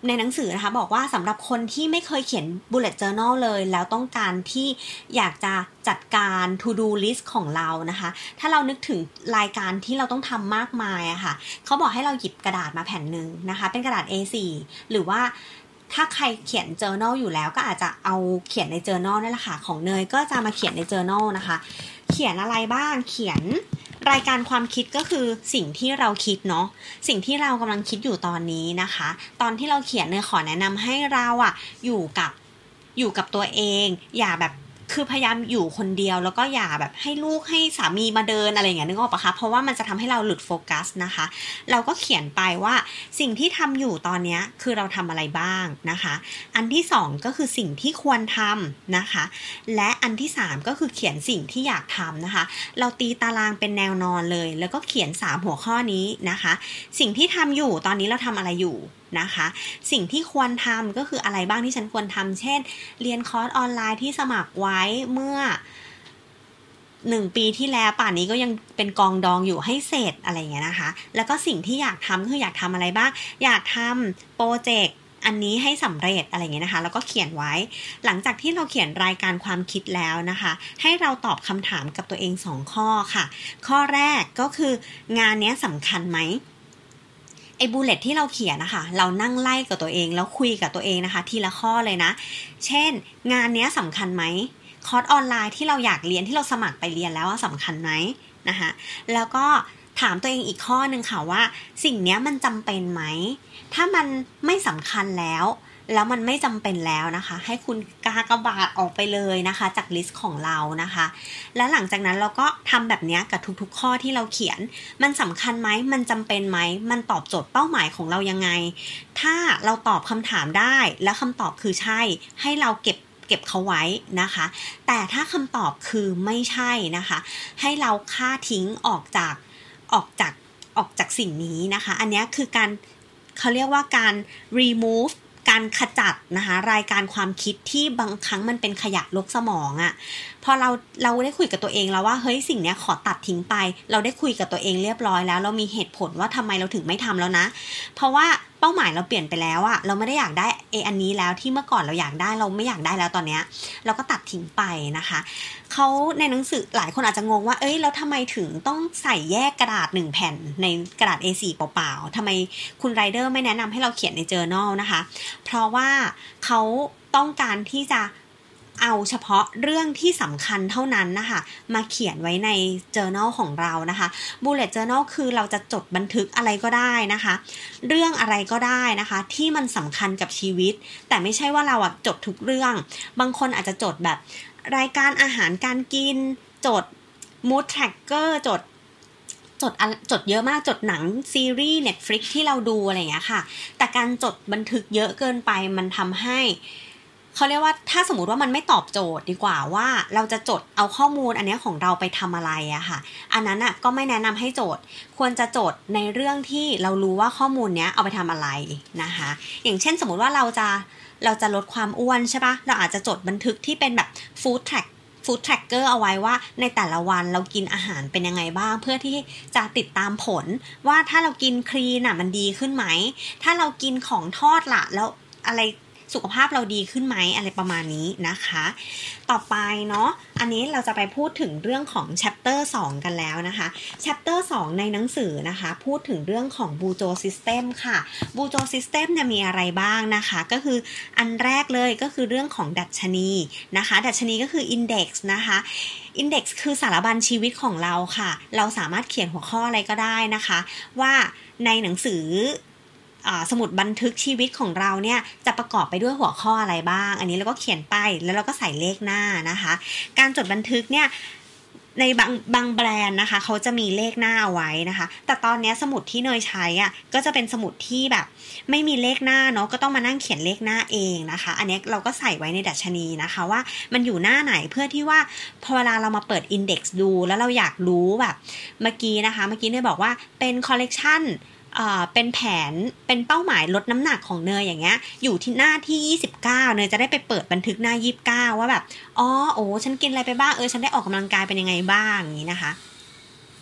ในหนังสือนะคะบอกว่าสำหรับคนที่ไม่เคยเขียน bullet journal เลยแล้วต้องการที่อยากจะจัดการ to do list ของเรานะคะถ้าเรานึกถึงรายการที่เราต้องทำมากมายอะค่ะเขาบอกให้เราหยิบกระดาษมาแผ่นหนึ่งนะคะเป็นกระดาษ เอ โฟร์ หรือว่าถ้าใครเขียน journal อยู่แล้วก็อาจจะเอาเขียนใน journal นั่นแหละค่ะของเนยก็จะมาเขียนใน journal นะคะเขียนอะไรบ้างเขียนรายการความคิดก็คือสิ่งที่เราคิดเนาะสิ่งที่เรากำลังคิดอยู่ตอนนี้นะคะตอนที่เราเขียนเนี่ยขอแนะนำให้เราอะอยู่กับอยู่กับตัวเองอย่าแบบคือพยายามอยู่คนเดียวแล้วก็อย่าแบบให้ลูกให้สามีมาเดินอะไรอย่างเงี้ยนึกออกปะคะเพราะว่ามันจะทำให้เราหลุดโฟกัสนะคะเราก็เขียนไปว่าสิ่งที่ทำอยู่ตอนนี้คือเราทำอะไรบ้างนะคะอันที่สองก็คือสิ่งที่ควรทำนะคะและอันที่สามก็คือเขียนสิ่งที่อยากทำนะคะเราตีตารางเป็นแนวนอนเลยแล้วก็เขียนสามหัวข้อนี้นะคะสิ่งที่ทำอยู่ตอนนี้เราทำอะไรอยู่นะคะสิ่งที่ควรทำก็คืออะไรบ้างที่ฉันควรทำเช่นเรียนคอร์สออนไลน์ที่สมัครไว้เมื่อหนึ่งปีที่แล้วป่านนี้ก็ยังเป็นกองดองอยู่ให้เสร็จอะไรอย่างเงี้ยนะคะแล้วก็สิ่งที่อยากทำคืออยากทำอะไรบ้างอยากทำโปรเจกต์อันนี้ให้สำเร็จอะไรอย่างเงี้ยนะคะแล้วก็เขียนไว้หลังจากที่เราเขียนรายการความคิดแล้วนะคะให้เราตอบคำถามกับตัวเองสองข้อค่ะข้อแรกก็คืองานนี้สำคัญไหมไอ้บูลเลตที่เราเขียนนะคะเรานั่งไล่กับตัวเองแล้วคุยกับตัวเองนะคะทีละข้อเลยนะเช่นงานนี้สำคัญไหมคอร์สออนไลน์ที่เราอยากเรียนที่เราสมัครไปเรียนแล้วสำคัญไหมนะคะแล้วก็ถามตัวเองอีกข้อนึงค่ะว่าสิ่งนี้มันจำเป็นไหมถ้ามันไม่สำคัญแล้วแล้วมันไม่จำเป็นแล้วนะคะให้คุณกากบาทออกไปเลยนะคะจากลิสต์ของเรานะคะและหลังจากนั้นเราก็ทำแบบนี้กับทุกๆข้อที่เราเขียนมันสำคัญไหมมันจำเป็นไหมมันตอบโจทย์เป้าหมายของเรายังไงถ้าเราตอบคำถามได้และคำตอบคือใช่ให้เราเก็บเก็บเขาไว้นะคะแต่ถ้าคำตอบคือไม่ใช่นะคะให้เราฆ่าทิ้งออกจากออกจากออกจากสิ่งนี้นะคะอันนี้คือการเขาเรียกว่าการ removeการขจัดนะคะรายการความคิดที่บางครั้งมันเป็นขยะลกสมองอะ่ะพอเราเราได้คุยกับตัวเองแล้วว่าเฮ้ยสิ่งนี้ขอตัดทิ้งไปเราได้คุยกับตัวเองเรียบร้อยแล้วเรามีเหตุผลว่าทำไมเราถึงไม่ทำแล้วนะเพราะว่าเป้าหมายเราเปลี่ยนไปแล้วอะเราไม่ได้อยากได้เออันนี้แล้วที่เมื่อก่อนเราอยากได้เราไม่อยากได้แล้วตอนเนี้ยเราก็ตัดทิ้งไปนะคะเขาในหนังสือหลายคนอาจจะงงว่าเอ้ยแล้วทำไมถึงต้องใส่แยกกระดาษหนึ่งแผ่นในกระดาษ เอ โฟร์ เปล่าๆทำไมคุณไรเดอร์ไม่แนะนำให้เราเขียนใน journal นะคะเพราะว่าเขาต้องการที่จะเอาเฉพาะเรื่องที่สำคัญเท่านั้นนะคะมาเขียนไว้ใน journal ของเรานะคะ bullet journal คือเราจะจดบันทึกอะไรก็ได้นะคะเรื่องอะไรก็ได้นะคะที่มันสำคัญกับชีวิตแต่ไม่ใช่ว่าเราอะจดทุกเรื่องบางคนอาจจะจดแบบรายการอาหารการกินจด mood tracker จดจดจดเยอะมากจดหนังซีรีส์ Netflix ที่เราดูอะไรอย่างเงี้ยค่ะแต่การจดบันทึกเยอะเกินไปมันทำให้เขาเรียกว่าถ้าสมมติว่ามันไม่ตอบโจทย์ดีกว่าว่าเราจะจดเอาข้อมูลอันนี้ของเราไปทำอะไรอะค่ะอันนั้นอะก็ไม่แนะนำให้โจทย์ควรจะโจทย์ในเรื่องที่เรารู้ว่าข้อมูลเนี้ยเอาไปทำอะไรนะคะอย่างเช่นสมมติว่าเราจะเราจะลดความอ้วนใช่ปะเราอาจจะจดบันทึกที่เป็นแบบ food track food tracker เอาไว้ว่าในแต่ละวันเรากินอาหารเป็นยังไงบ้างเพื่อที่จะติดตามผลว่าถ้าเรากินคลีนน่ะมันดีขึ้นไหมถ้าเรากินของทอดล่ะแล้วอะไรสุขภาพเราดีขึ้นไหมอะไรประมาณนี้นะคะต่อไปเนาะอันนี้เราจะไปพูดถึงเรื่องของ chapter สองกันแล้วนะคะ chapter สองในหนังสือนะคะพูดถึงเรื่องของ Bujo System ค่ะ Bujo System เนี่ยมีอะไรบ้างนะคะก็คืออันแรกเลยก็คือเรื่องของดัชนีนะคะดัชนีก็คือ index นะคะ index คือสารบัญชีวิตของเราค่ะเราสามารถเขียนหัวข้ออะไรก็ได้นะคะว่าในหนังสือสมุดบันทึกชีวิตของเราเนี่ยจะประกอบไปด้วยหัวข้ออะไรบ้างอันนี้เราก็เขียนไปแล้วเราก็ใส่เลขหน้านะคะการจดบันทึกเนี่ยในบางบางแบรนด์นะคะเขาจะมีเลขหน้าเอาไว้นะคะแต่ตอนนี้สมุดที่เนยใช้อ่ะก็จะเป็นสมุดที่แบบไม่มีเลขหน้าเนาะก็ต้องมานั่งเขียนเลขหน้าเองนะคะอันนี้เราก็ใส่ไว้ในดัชนีนะคะว่ามันอยู่หน้าไหนเพื่อที่ว่าพอเวลาเรามาเปิด index ดูแล้วเราอยากรู้แบบเมื่อกี้นะคะเมื่อกี้เนยบอกว่าเป็น collectionเอ่อเป็นแผนเป็นเป้าหมายลดน้ำหนักของเนยอย่างเงี้ยอยู่ที่หน้าที่ยี่สิบเก้าเนยจะได้ไปเปิดบันทึกหน้ายี่สิบเก้าว่าแบบอ๋อโอ้ฉันกินอะไรไปบ้างเออฉันได้ออกกำลังกายเป็นยังไงบ้างอย่างนี้นะคะ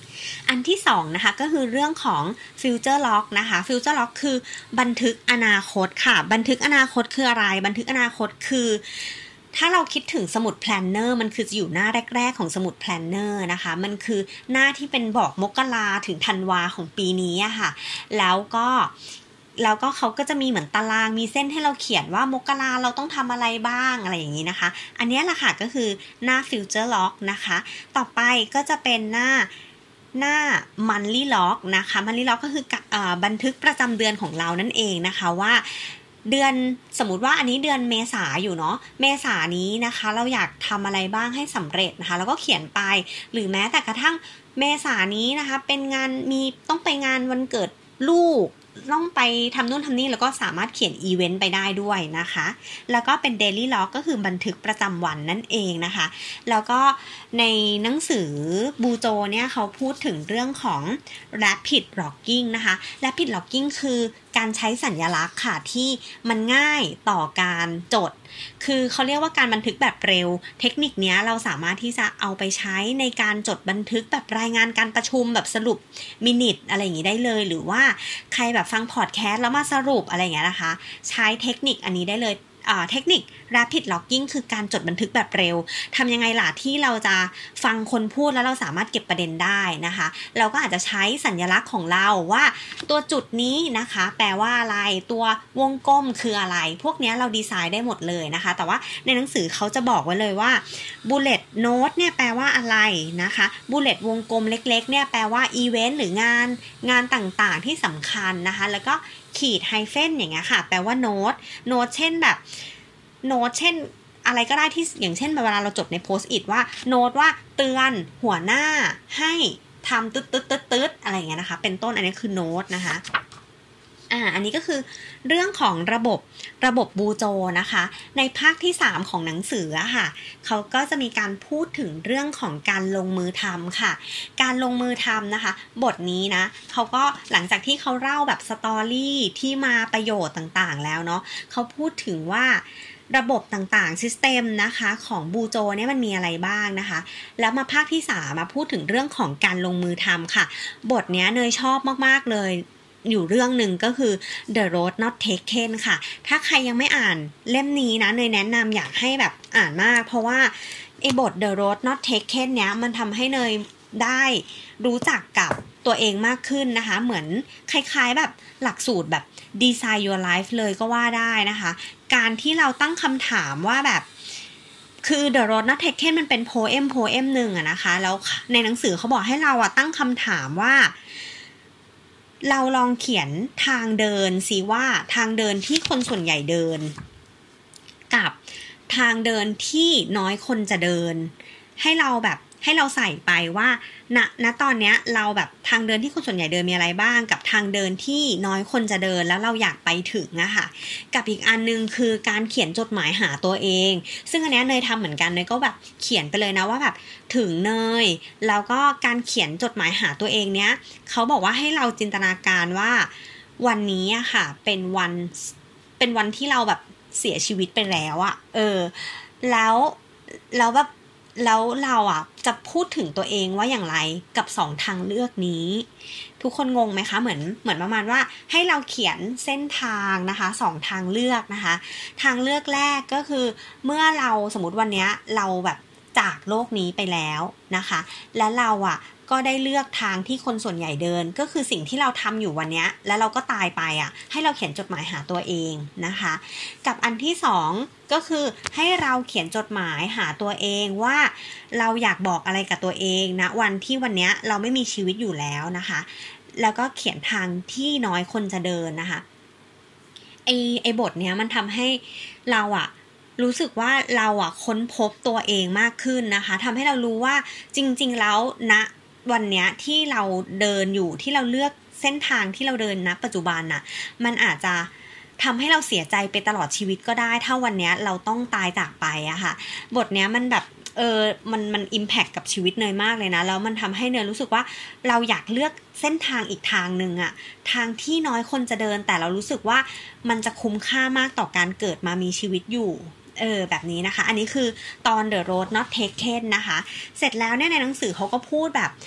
อันที่สองนะคะก็คือเรื่องของ future log นะคะ future log คือบันทึกอนาคตค่ะบันทึกอนาคตคืออะไรบันทึกอนาคตคือถ้าเราคิดถึงสมุดแพลนเนอร์มันคือจะอยู่หน้าแรกๆของสมุดแพลนเนอร์นะคะมันคือหน้าที่เป็นบอกมกราถึงธันวาของปีนี้อะค่ะแล้วก็แล้วก็เขาก็จะมีเหมือนตารางมีเส้นให้เราเขียนว่ามกราเราต้องทำอะไรบ้างอะไรอย่างนี้นะคะอันนี้แหละค่ะก็คือหน้า future log นะคะต่อไปก็จะเป็นหน้าหน้า monthly log นะคะ monthly log ก็คือเอ่อบันทึกประจำเดือนของเรานั่นเองนะคะว่าเดือนสมมุติว่าอันนี้เดือนเมษาอยู่เนาะเมษานี้นะคะเราอยากทำอะไรบ้างให้สำเร็จนะคะแล้วก็เขียนไปหรือแม้แต่กระทั่งเมษานี้นะคะเป็นงานมีต้องไปงานวันเกิดลูกต้องไปทำนู่นทำนี่แล้วก็สามารถเขียนอีเวนต์ไปได้ด้วยนะคะแล้วก็เป็น daily log ก็คือบันทึกประจำวันนั่นเองนะคะแล้วก็ในหนังสือบูโจเนี่ยเขาพูดถึงเรื่องของ rapid logging นะคะ rapid logging คือการใช้สัญลักษณ์ค่ะที่มันง่ายต่อการจดคือเขาเรียกว่าการบันทึกแบบเร็วเทคนิคนี้เราสามารถที่จะเอาไปใช้ในการจดบันทึกแบบรายงานการประชุมแบบสรุปมินิทอะไรอย่างนี้ได้เลยหรือว่าใครแบบฟังพอดแคสต์แล้วมาสรุปอะไรอย่างเงี้ยนะคะใช้เทคนิคอันนี้ได้เลยเทคนิค rapid logging คือการจดบันทึกแบบเร็วทำยังไงล่ะที่เราจะฟังคนพูดแล้วเราสามารถเก็บประเด็นได้นะคะเราก็อาจจะใช้สัญลักษณ์ของเราว่าตัวจุดนี้นะคะแปลว่าอะไรตัววงกลมคืออะไรพวกนี้เราดีไซน์ได้หมดเลยนะคะแต่ว่าในหนังสือเขาจะบอกไว้เลยว่า bullet note เนี่ยแปลว่าอะไรนะคะ bullet วงกลมเล็กๆเนี่ยแปลว่า event หรืองานงานต่างๆที่สำคัญนะคะแล้วก็ขีดไฮเฟนอย่างเงี้ยค่ะแปลว่าโน้ตโน้ตเช่นแบบโน้ตเช่นอะไรก็ได้ที่อย่างเช่นเวลาเราจดในโพสต์อิทว่าโน้ตว่าเตือนหัวหน้าให้ทำตึ๊ดตึ๊ดตึ๊ดตึ๊ดอะไรอย่างเงี้ยนะคะเป็นต้นอันนี้คือโน้ตนะคะอ่าอันนี้ก็คือเรื่องของระบบระบบบูโจนะคะในภาคที่สามของหนังสืออะค่ะเขาก็จะมีการพูดถึงเรื่องของการลงมือทำค่ะการลงมือทำนะคะบทนี้นะเขาก็หลังจากที่เขาเล่าแบบสตอรี่ที่มาประโยชน์ต่างๆแล้วเนาะเขาพูดถึงว่าระบบต่างๆ system นะคะของบูโจเนี่ยมันมีอะไรบ้างนะคะแล้วมาภาคที่สามมาพูดถึงเรื่องของการลงมือทำค่ะบทเนี้ยเนยชอบมากๆเลยอยู่เรื่องหนึ่งก็คือ The Road Not Taken ค่ะถ้าใครยังไม่อ่านเล่มนี้นะเนยแนะนำอยากให้แบบอ่านมากเพราะว่าไอ้บท The Road Not Taken เนี้ยมันทำให้เนยได้รู้จักกับตัวเองมากขึ้นนะคะเหมือนคล้ายๆแบบหลักสูตรแบบ Design Your Life เลยก็ว่าได้นะคะการที่เราตั้งคำถามว่าแบบคือ The Road Not Taken มันเป็นโพเอมโพเอมหนึ่งอะนะคะแล้วในหนังสือเขาบอกให้เราอะตั้งคำถามว่าเราลองเขียนทางเดินสิว่าทางเดินที่คนส่วนใหญ่เดินกับทางเดินที่น้อยคนจะเดินให้เราแบบให้เราใส่ไปว่าณณตอนเนี้ยเราแบบทางเดินที่คนส่วนใหญ่เดินมีอะไรบ้างกับทางเดินที่น้อยคนจะเดินแล้วเราอยากไปถึงอะค่ะกับอีกอันนึงคือการเขียนจดหมายหาตัวเองซึ่งอันนี้เนยทำเหมือนกันเนยก็แบบเขียนไปเลยนะว่าแบบถึงเนยแล้วก็การเขียนจดหมายหาตัวเองเนี้ยเขาบอกว่าให้เราจินตนาการว่าวันนี้อะค่ะเป็นวันเป็นวันที่เราแบบเสียชีวิตไปแล้วอะเออแล้วแล้วแบบแล้วเราอ่ะจะพูดถึงตัวเองว่าอย่างไรกับสองทางเลือกนี้ทุกคนงงไหมคะเหมือนเหมือนประมาณว่าให้เราเขียนเส้นทางนะคะสองทางเลือกนะคะทางเลือกแรกก็คือเมื่อเราสมมติวันนี้เราแบบจากโลกนี้ไปแล้วนะคะและเราอ่ะก็ได้เลือกทางที่คนส่วนใหญ่เดินก็คือสิ่งที่เราทำอยู่วันนี้แล้วเราก็ตายไปอ่ะให้เราเขียนจดหมายหาตัวเองนะคะกับอันที่สองก็คือให้เราเขียนจดหมายหาตัวเองว่าเราอยากบอกอะไรกับตัวเองนะวันที่วันนี้เราไม่มีชีวิตอยู่แล้วนะคะแล้วก็เขียนทางที่น้อยคนจะเดินนะคะไอไอบทเนี้ยมันทำให้เราอ่ะรู้สึกว่าเราอ่ะค้นพบตัวเองมากขึ้นนะคะทำให้เรารู้ว่าจริงๆแล้วณวันเนี้ยที่เราเดินอยู่ที่เราเลือกเส้นทางที่เราเดินณปัจจุบันน่ะมันอาจจะทำให้เราเสียใจไปตลอดชีวิตก็ได้ถ้าวันเนี้ยเราต้องตายจากไปอะค่ะบทเนี้ยมันแบบเออมันมันอิมแพคกับชีวิตเนยมากเลยนะแล้วมันทำให้เนยรู้สึกว่าเราอยากเลือกเส้นทางอีกทางนึงอะทางที่น้อยคนจะเดินแต่เรารู้สึกว่ามันจะคุ้มค่ามากต่อการเกิดมามีชีวิตอยู่เออแบบนี้นะคะอันนี้คือตอน The Road Not Taken นะคะเสร็จแล้วเนี่ยในหนังสือเขาก็พูดแบบ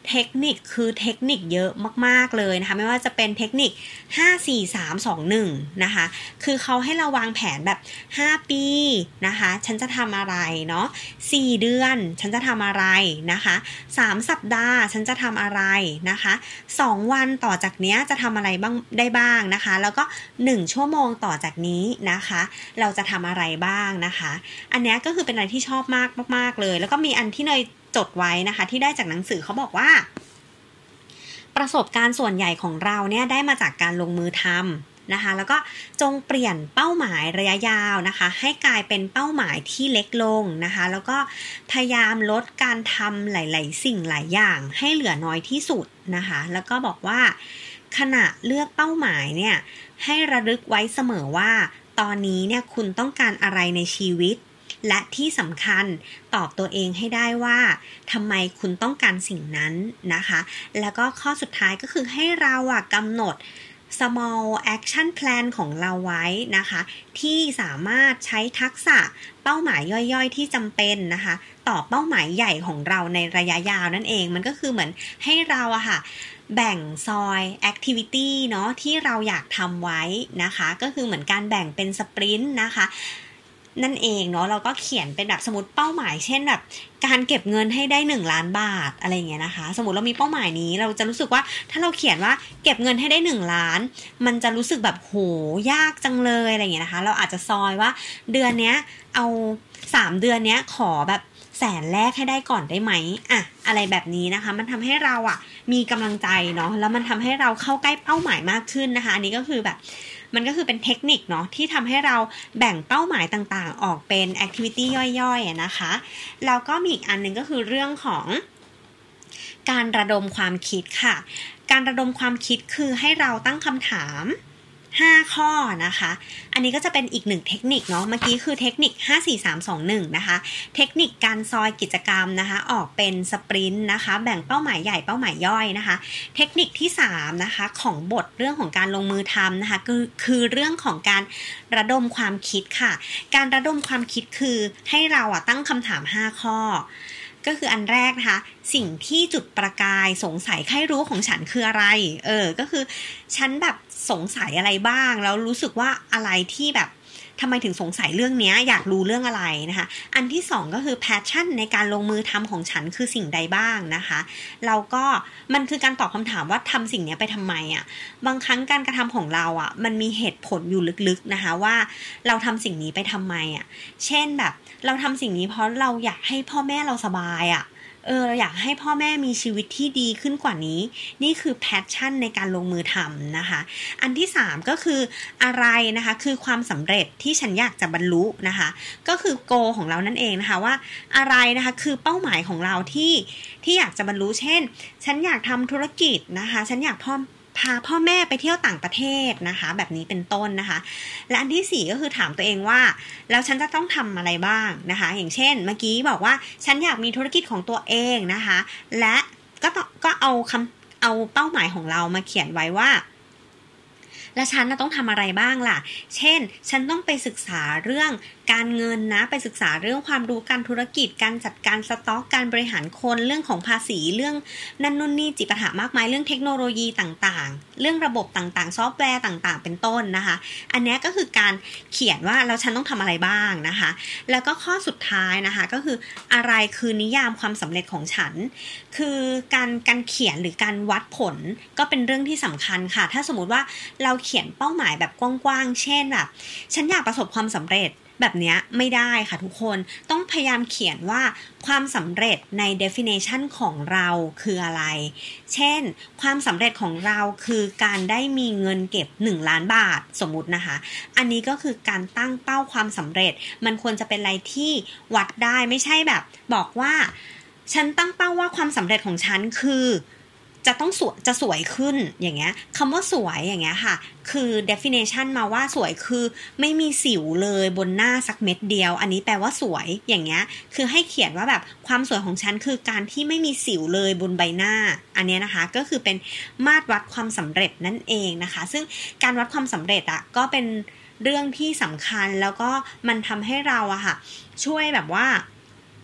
เทคนิคคือเทคนิคเยอะมากๆเลยนะคะไม่ว่าจะเป็นเทคนิคห้า สี่ สาม สอง หนึ่งนะคะคือเขาให้เราวางแผนแบบห้าปีนะคะฉันจะทำอะไรเนาะสี่เดือนฉันจะทำอะไรนะคะสามสัปดาห์ฉันจะทำอะไรนะคะสองวันต่อจากเนี้ยจะทำอะไรบ้างได้บ้างนะคะแล้วก็หนึ่งชั่วโมงต่อจากนี้นะคะเราจะทำอะไรบ้างนะคะอันนี้ก็คือเป็นอะไรที่ชอบมากมากๆเลยแล้วก็มีอันที่เนยจดไว้นะคะที่ได้จากหนังสือเขาบอกว่าประสบการณ์ส่วนใหญ่ของเราเนี่ยได้มาจากการลงมือทำนะคะแล้วก็จงเปลี่ยนเป้าหมายระยะยาวนะคะให้กลายเป็นเป้าหมายที่เล็กลงนะคะแล้วก็พยายามลดการทำหลายๆสิ่งหลายอย่างให้เหลือน้อยที่สุดนะคะแล้วก็บอกว่าขณะเลือกเป้าหมายเนี่ยให้ระลึกไว้เสมอว่าตอนนี้เนี่ยคุณต้องการอะไรในชีวิตและที่สำคัญตอบตัวเองให้ได้ว่าทำไมคุณต้องการสิ่งนั้นนะคะแล้วก็ข้อสุดท้ายก็คือให้เราอะกำหนด small action plan ของเราไว้นะคะที่สามารถใช้ทักษะเป้าหมายย่อยๆที่จำเป็นนะคะต่อเป้าหมายใหญ่ของเราในระยะยาวนั่นเองมันก็คือเหมือนให้เราอะค่ะแบ่งซอย activity เนาะที่เราอยากทำไว้นะคะก็คือเหมือนการแบ่งเป็นสปรินต์นะคะนั่นเองเนาะเราก็เขียนเป็นแบบสมมติเป้าหมายเช่นแบบการเก็บเงินให้ได้หนึ่งล้านบาทอะไรอย่างเงี้ยนะคะสมมติเรามีเป้าหมายนี้เราจะรู้สึกว่าถ้าเราเขียนว่าเก็บเงินให้ได้หนึ่งล้านมันจะรู้สึกแบบโหยากจังเลยอะไรอย่างเงี้ยนะคะเราอาจจะซอยว่าเดือนเนี้ยเอาสามเดือนเนี้ยขอแบบแสนแรกให้ได้ก่อนได้ไหมอะอะไรแบบนี้นะคะมันทำให้เราอะมีกำลังใจเนาะแล้วมันทำให้เราเข้าใกล้เป้าหมายมากขึ้นนะคะอันนี้ก็คือแบบมันก็คือเป็นเทคนิคเนาะที่ทำให้เราแบ่งเป้าหมายต่างๆออกเป็นแอคทิวิตี้ย่อยๆนะคะแล้วก็มีอีกอันนึงก็คือเรื่องของการระดมความคิดค่ะการระดมความคิดคือให้เราตั้งคำถามห้าข้อนะคะอันนี้ก็จะเป็นอีกหนึ่งเทคนิคเนาะเมื่อกี้คือเทคนิคห้า สี่ สาม สอง หนึ่งนะคะเทคนิคการซอยกิจกรรมนะคะออกเป็นสปรินต์นะคะแบ่งเป้าหมายใหญ่เป้าหมายย่อยนะคะเทคนิคที่สามนะคะของบทเรื่องของการลงมือทำนะคะคือคือเรื่องของการระดมความคิดค่ะการระดมความคิดคือให้เราอ่ะตั้งคำถามห้าข้อก็คืออันแรกนะคะสิ่งที่จุดประกายสงสัยใครรู้ของฉันคืออะไรเออก็คือฉันแบบสงสัยอะไรบ้างแล้วรู้สึกว่าอะไรที่แบบทำไมถึงสงสัยเรื่องนี้อยากรู้เรื่องอะไรนะคะอันที่สองก็คือ passion ในการลงมือทำของฉันคือสิ่งใดบ้างนะคะเราก็มันคือการตอบคำถามว่าทำสิ่งนี้ไปทำไมอ่ะบางครั้งการกระทำของเราอ่ะมันมีเหตุผลอยู่ลึกๆนะคะว่าเราทำสิ่งนี้ไปทำไมอ่ะเช่นแบบเราทำสิ่งนี้เพราะเราอยากให้พ่อแม่เราสบายอ่ะเออเราอยากให้พ่อแม่มีชีวิตที่ดีขึ้นกว่านี้นี่คือ passion ในการลงมือทำนะคะอันที่สามก็คืออะไรนะคะคือความสำเร็จที่ฉันอยากจะบรรลุนะคะก็คือ goal ของเรานั่นเองนะคะว่าอะไรนะคะคือเป้าหมายของเราที่ที่อยากจะบรรลุเช่นฉันอยากทำธุรกิจนะคะฉันอยากพ่อพาพ่อแม่ไปเที่ยวต่างประเทศนะคะแบบนี้เป็นต้นนะคะและอันที่สี่ก็คือถามตัวเองว่าแล้วฉันจะต้องทำอะไรบ้างนะคะอย่างเช่นเมื่อกี้บอกว่าฉันอยากมีธุรกิจของตัวเองนะคะและก็ต้องก็เอาคำเอาเป้าหมายของเรามาเขียนไว้ว่าและฉันน่ะต้องทำอะไรบ้างล่ะเช่นฉันต้องไปศึกษาเรื่องการเงินนะไปศึกษาเรื่องความรู้การธุรกิจการจัดการสต็อกการบริหารคนเรื่องของภาษีเรื่องนั่นนู่นนี่จิปาถะมากมายเรื่องเทคโนโลยีต่างๆเรื่องระบบต่างๆซอฟต์แวร์ต่างๆเป็นต้นนะคะอันนี้ก็คือการเขียนว่าแล้วฉันต้องทำอะไรบ้างนะคะแล้วก็ข้อสุดท้ายนะคะก็คืออะไรคือนิยามความสำเร็จของฉันคือการการเขียนหรือการวัดผลก็เป็นเรื่องที่สำคัญค่ะถ้าสมมติว่าเราเขียนเป้าหมายแบบกว้างๆเช่นแบบฉันอยากประสบความสำเร็จแบบนี้ไม่ได้ค่ะทุกคนต้องพยายามเขียนว่าความสำเร็จใน definition ของเราคืออะไรเช่นความสำเร็จของเราคือการได้มีเงินเก็บหนึ่งล้านบาทสมมุตินะคะอันนี้ก็คือการตั้งเป้าความสำเร็จมันควรจะเป็นอะไรที่วัดได้ไม่ใช่แบบบอกว่าฉันตั้งเป้าว่าความสำเร็จของฉันคือจะต้องสวยจะสวยขึ้นอย่างเงี้ยคำว่าสวยอย่างเงี้ยค่ะคือ definition มาว่าสวยคือไม่มีสิวเลยบนหน้าสักเม็ดเดียวอันนี้แปลว่าสวยอย่างเงี้ยคือให้เขียนว่าแบบความสวยของฉันคือการที่ไม่มีสิวเลยบนใบหน้าอันเนี้ยนะคะก็คือเป็นมาตรวัดความสำเร็จนั่นเองนะคะซึ่งการวัดความสำเร็จอ่ะก็เป็นเรื่องที่สำคัญแล้วก็มันทำให้เราอะค่ะช่วยแบบว่า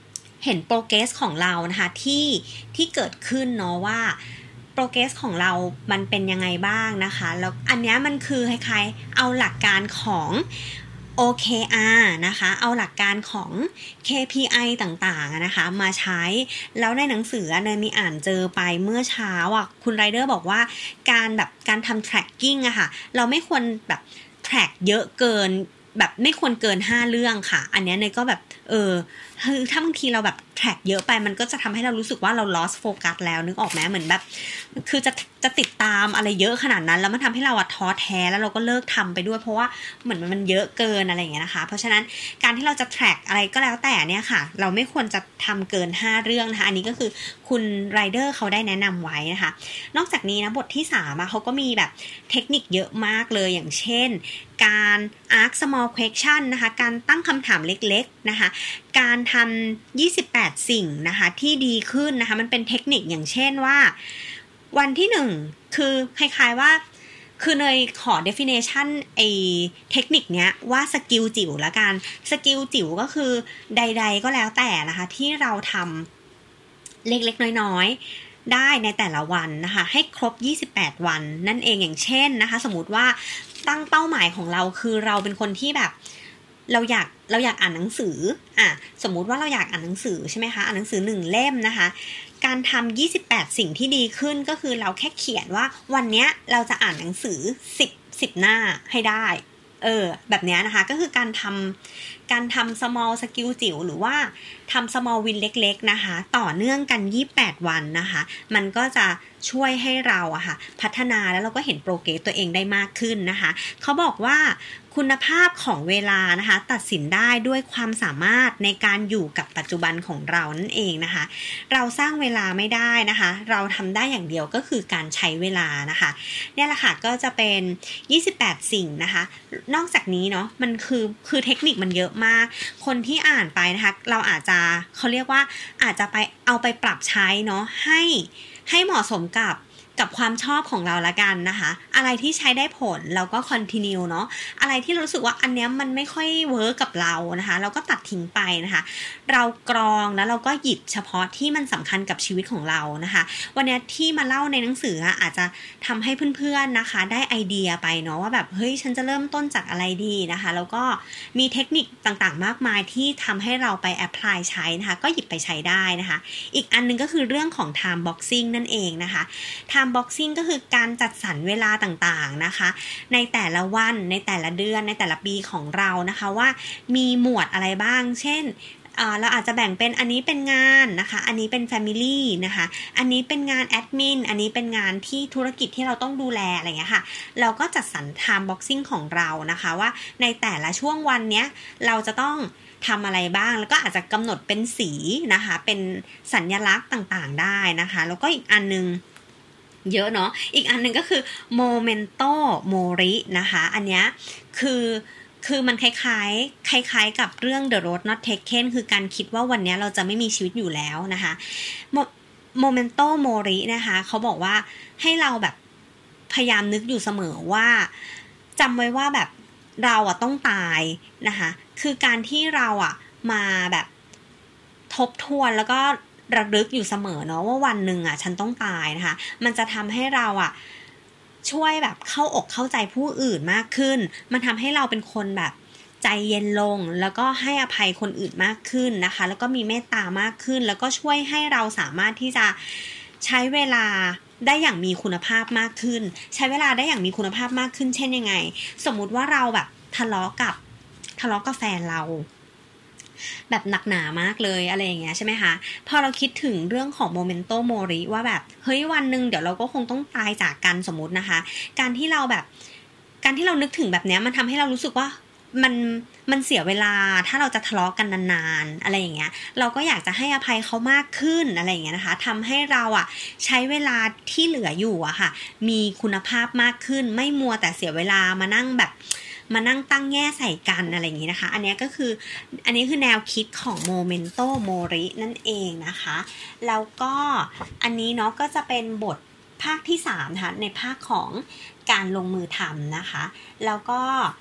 เห็นโปรเกรสของเรานะคะที่ที่เกิดขึ้นเนาะว่าโปรเกรสของเรามันเป็นยังไงบ้างนะคะแล้วอันนี้มันคือคล้ายๆเอาหลักการของ โอ เค อาร์ นะคะเอาหลักการของ เค พี ไอ ต่างๆนะคะมาใช้แล้วในหนังสือเนยมีอ่านเจอไปเมื่อเช้าอ่ะคุณไรเดอร์บอกว่าการแบบการทำ tracking อะค่ะเราไม่ควรแบบ track เยอะเกินแบบไม่ควรเกินห้าเรื่องค่ะอันนี้เนยก็แบบเออคือถ้าบางทีเราแบบ track เยอะไปมันก็จะทำให้เรารู้สึกว่าเรา lost focus แล้วนึกออกไหมเหมือนแบบคือจะจะติดตามอะไรเยอะขนาดนั้นแล้วมันทำให้เราอะท้อแท้แล้วเราก็เลิกทำไปด้วยเพราะว่าเหมือนมันเยอะเกินอะไรอย่างเงี้ยนะคะเพราะฉะนั้นการที่เราจะ track อะไรก็แล้วแต่เนี่ยค่ะเราไม่ควรจะทำเกินห้าเรื่องนะคะอันนี้ก็คือคุณไรเดอร์เขาได้แนะนำไว้นะคะนอกจากนี้นะบทที่สามอะเขาก็มีแบบเทคนิคเยอะมากเลยอย่างเช่นการ ask small question นะคะการตั้งคำถามเล็กๆนะคะการทำยี่สิบแปดสิ่งนะคะที่ดีขึ้นนะคะมันเป็นเทคนิคอย่างเช่นว่าวันที่หนึ่งคือคล้ายๆว่าคือเนยขอ definition ไอ้เทคนิคเนี้ยว่าสกิลจิ๋วละกันสกิลจิ๋วก็คือใดๆก็แล้วแต่นะคะที่เราทำเล็กๆน้อยๆได้ในแต่ละวันนะคะให้ครบยี่สิบแปดวันนั่นเองอย่างเช่นนะคะสมมุติว่าตั้งเป้าหมายของเราคือเราเป็นคนที่แบบเราอยากเราอยากอ่านหนังสืออ่ะสมมุติว่าเราอยากอ่านหนังสือใช่ไหมคะอ่านหนังสือหนึ่งเล่มนะคะการทำยี่สิบแปดสิ่งที่ดีขึ้นก็คือเราแค่เขียนว่าวันนี้เราจะอ่านหนังสือสิบ สิบหน้าให้ได้เออแบบนี้นะคะก็คือการทำการทำ small skill จิ๋วหรือว่าทำ small win เล็กๆนะคะต่อเนื่องกันยี่สิบแปดวันนะคะมันก็จะช่วยให้เราอะค่ะพัฒนาแล้วเราก็เห็นโปรเกรสตัวเองได้มากขึ้นนะคะเขาบอกว่าคุณภาพของเวลานะคะตัดสินได้ด้วยความสามารถในการอยู่กับปัจจุบันของเรานั่นเองนะคะเราสร้างเวลาไม่ได้นะคะเราทำได้อย่างเดียวก็คือการใช้เวลานะคะเนี่ยแหละค่ะก็จะเป็นยี่สิบแปดสิ่งนะคะนอกจากนี้เนาะมันคือคือเทคนิคมันเยอะมากคนที่อ่านไปนะคะเราอาจจะเขาเรียกว่าอาจจะไปเอาไปปรับใช้เนาะให้ให้เหมาะสมกับกับความชอบของเราละกันนะคะอะไรที่ใช้ได้ผลเราก็ continue เนาะอะไรที่เรารู้สึกว่าอันเนี้ยมันไม่ค่อยเวิร์กกับเรานะคะเราก็ตัดทิ้งไปนะคะเรากรองแล้วเราก็หยิบเฉพาะที่มันสำคัญกับชีวิตของเรานะคะวันนี้ที่มาเล่าในหนังสืออาจจะทำให้เพื่อนๆนะคะได้ไอเดียไปเนาะว่าแบบเฮ้ยฉันจะเริ่มต้นจากอะไรดีนะคะแล้วก็มีเทคนิคต่างๆมากมายที่ทำให้เราไปแอพพลายใช้นะคะก็หยิบไปใช้ได้นะคะอีกอันนึงก็คือเรื่องของ time boxing นั่นเองนะคะ time boxing ก็คือการจัดสรรเวลาต่างๆนะคะในแต่ละวันในแต่ละเดือนในแต่ละปีของเรานะคะว่ามีหมวดอะไรบ้างเช่นเราอาจจะแบ่งเป็นอันนี้เป็นงานนะคะอันนี้เป็น family นะคะอันนี้เป็นงานแอดมินอันนี้เป็นงานที่ธุรกิจที่เราต้องดูแลอะไรอย่างเงี้ยค่ะเราก็จัดสรร time boxing ของเรานะคะว่าในแต่ละช่วงวันเนี้ยเราจะต้องทำอะไรบ้างแล้วก็อาจจะกำหนดเป็นสีนะคะเป็นสัญลักษณ์ต่างๆได้นะคะแล้วก็อีกอันนึงเยอะเนาะอีกอันนึงก็คือ Momento Mori นะคะอันเนี้ยคือคือมันคล้ายๆคล้ายๆกับเรื่อง The Road Not Taken คือการคิดว่าวันนี้เราจะไม่มีชีวิตอยู่แล้วนะคะ Momento Mori นะคะเขาบอกว่าให้เราแบบพยายามนึกอยู่เสมอว่าจำไว้ว่าแบบเราอ่ะต้องตายนะคะคือการที่เราอ่ะมาแบบทบทวนแล้วก็ระลึกอยู่เสมอเนาะว่าวันหนึ่งอ่ะฉันต้องตายนะคะมันจะทำให้เราอ่ะช่วยแบบเข้าอกเข้าใจผู้อื่นมากขึ้นมันทำให้เราเป็นคนแบบใจเย็นลงแล้วก็ให้อภัยคนอื่นมากขึ้นนะคะแล้วก็มีเมตตามากขึ้นแล้วก็ช่วยให้เราสามารถที่จะใช้เวลาได้อย่างมีคุณภาพมากขึ้นใช้เวลาได้อย่างมีคุณภาพมากขึ้นเช่นยังไงสมมุติว่าเราแบบทะเลาะกับทะเลาะกับแฟนเราแบบหนักหนามากเลยอะไรอย่างเงี้ยใช่ไหมคะพอเราคิดถึงเรื่องของโมเมนโตโมริว่าแบบเฮ้ยวันนึงเดี๋ยวเราก็คงต้องตายจากกันสมมุตินะคะการที่เราแบบการที่เรานึกถึงแบบเนี้ยมันทำให้เรารู้สึกว่ามันมันเสียเวลาถ้าเราจะทะเลาะกันนานๆอะไรอย่างเงี้ยเราก็อยากจะให้อภัยเขามากขึ้นอะไรอย่างเงี้ยนะคะทำให้เราอ่ะใช้เวลาที่เหลืออยู่อะค่ะมีคุณภาพมากขึ้นไม่มัวแต่เสียเวลามานั่งแบบมานั่งตั้งแง่ใส่กันอะไรอย่างงี้นะคะอันนี้ก็คืออันนี้คือแนวคิดของ Momento Mori นั่นเองนะคะแล้วก็อันนี้เนาะก็จะเป็นบทภาคที่สามนะคะในภาคของการลงมือทำนะคะแล้วก็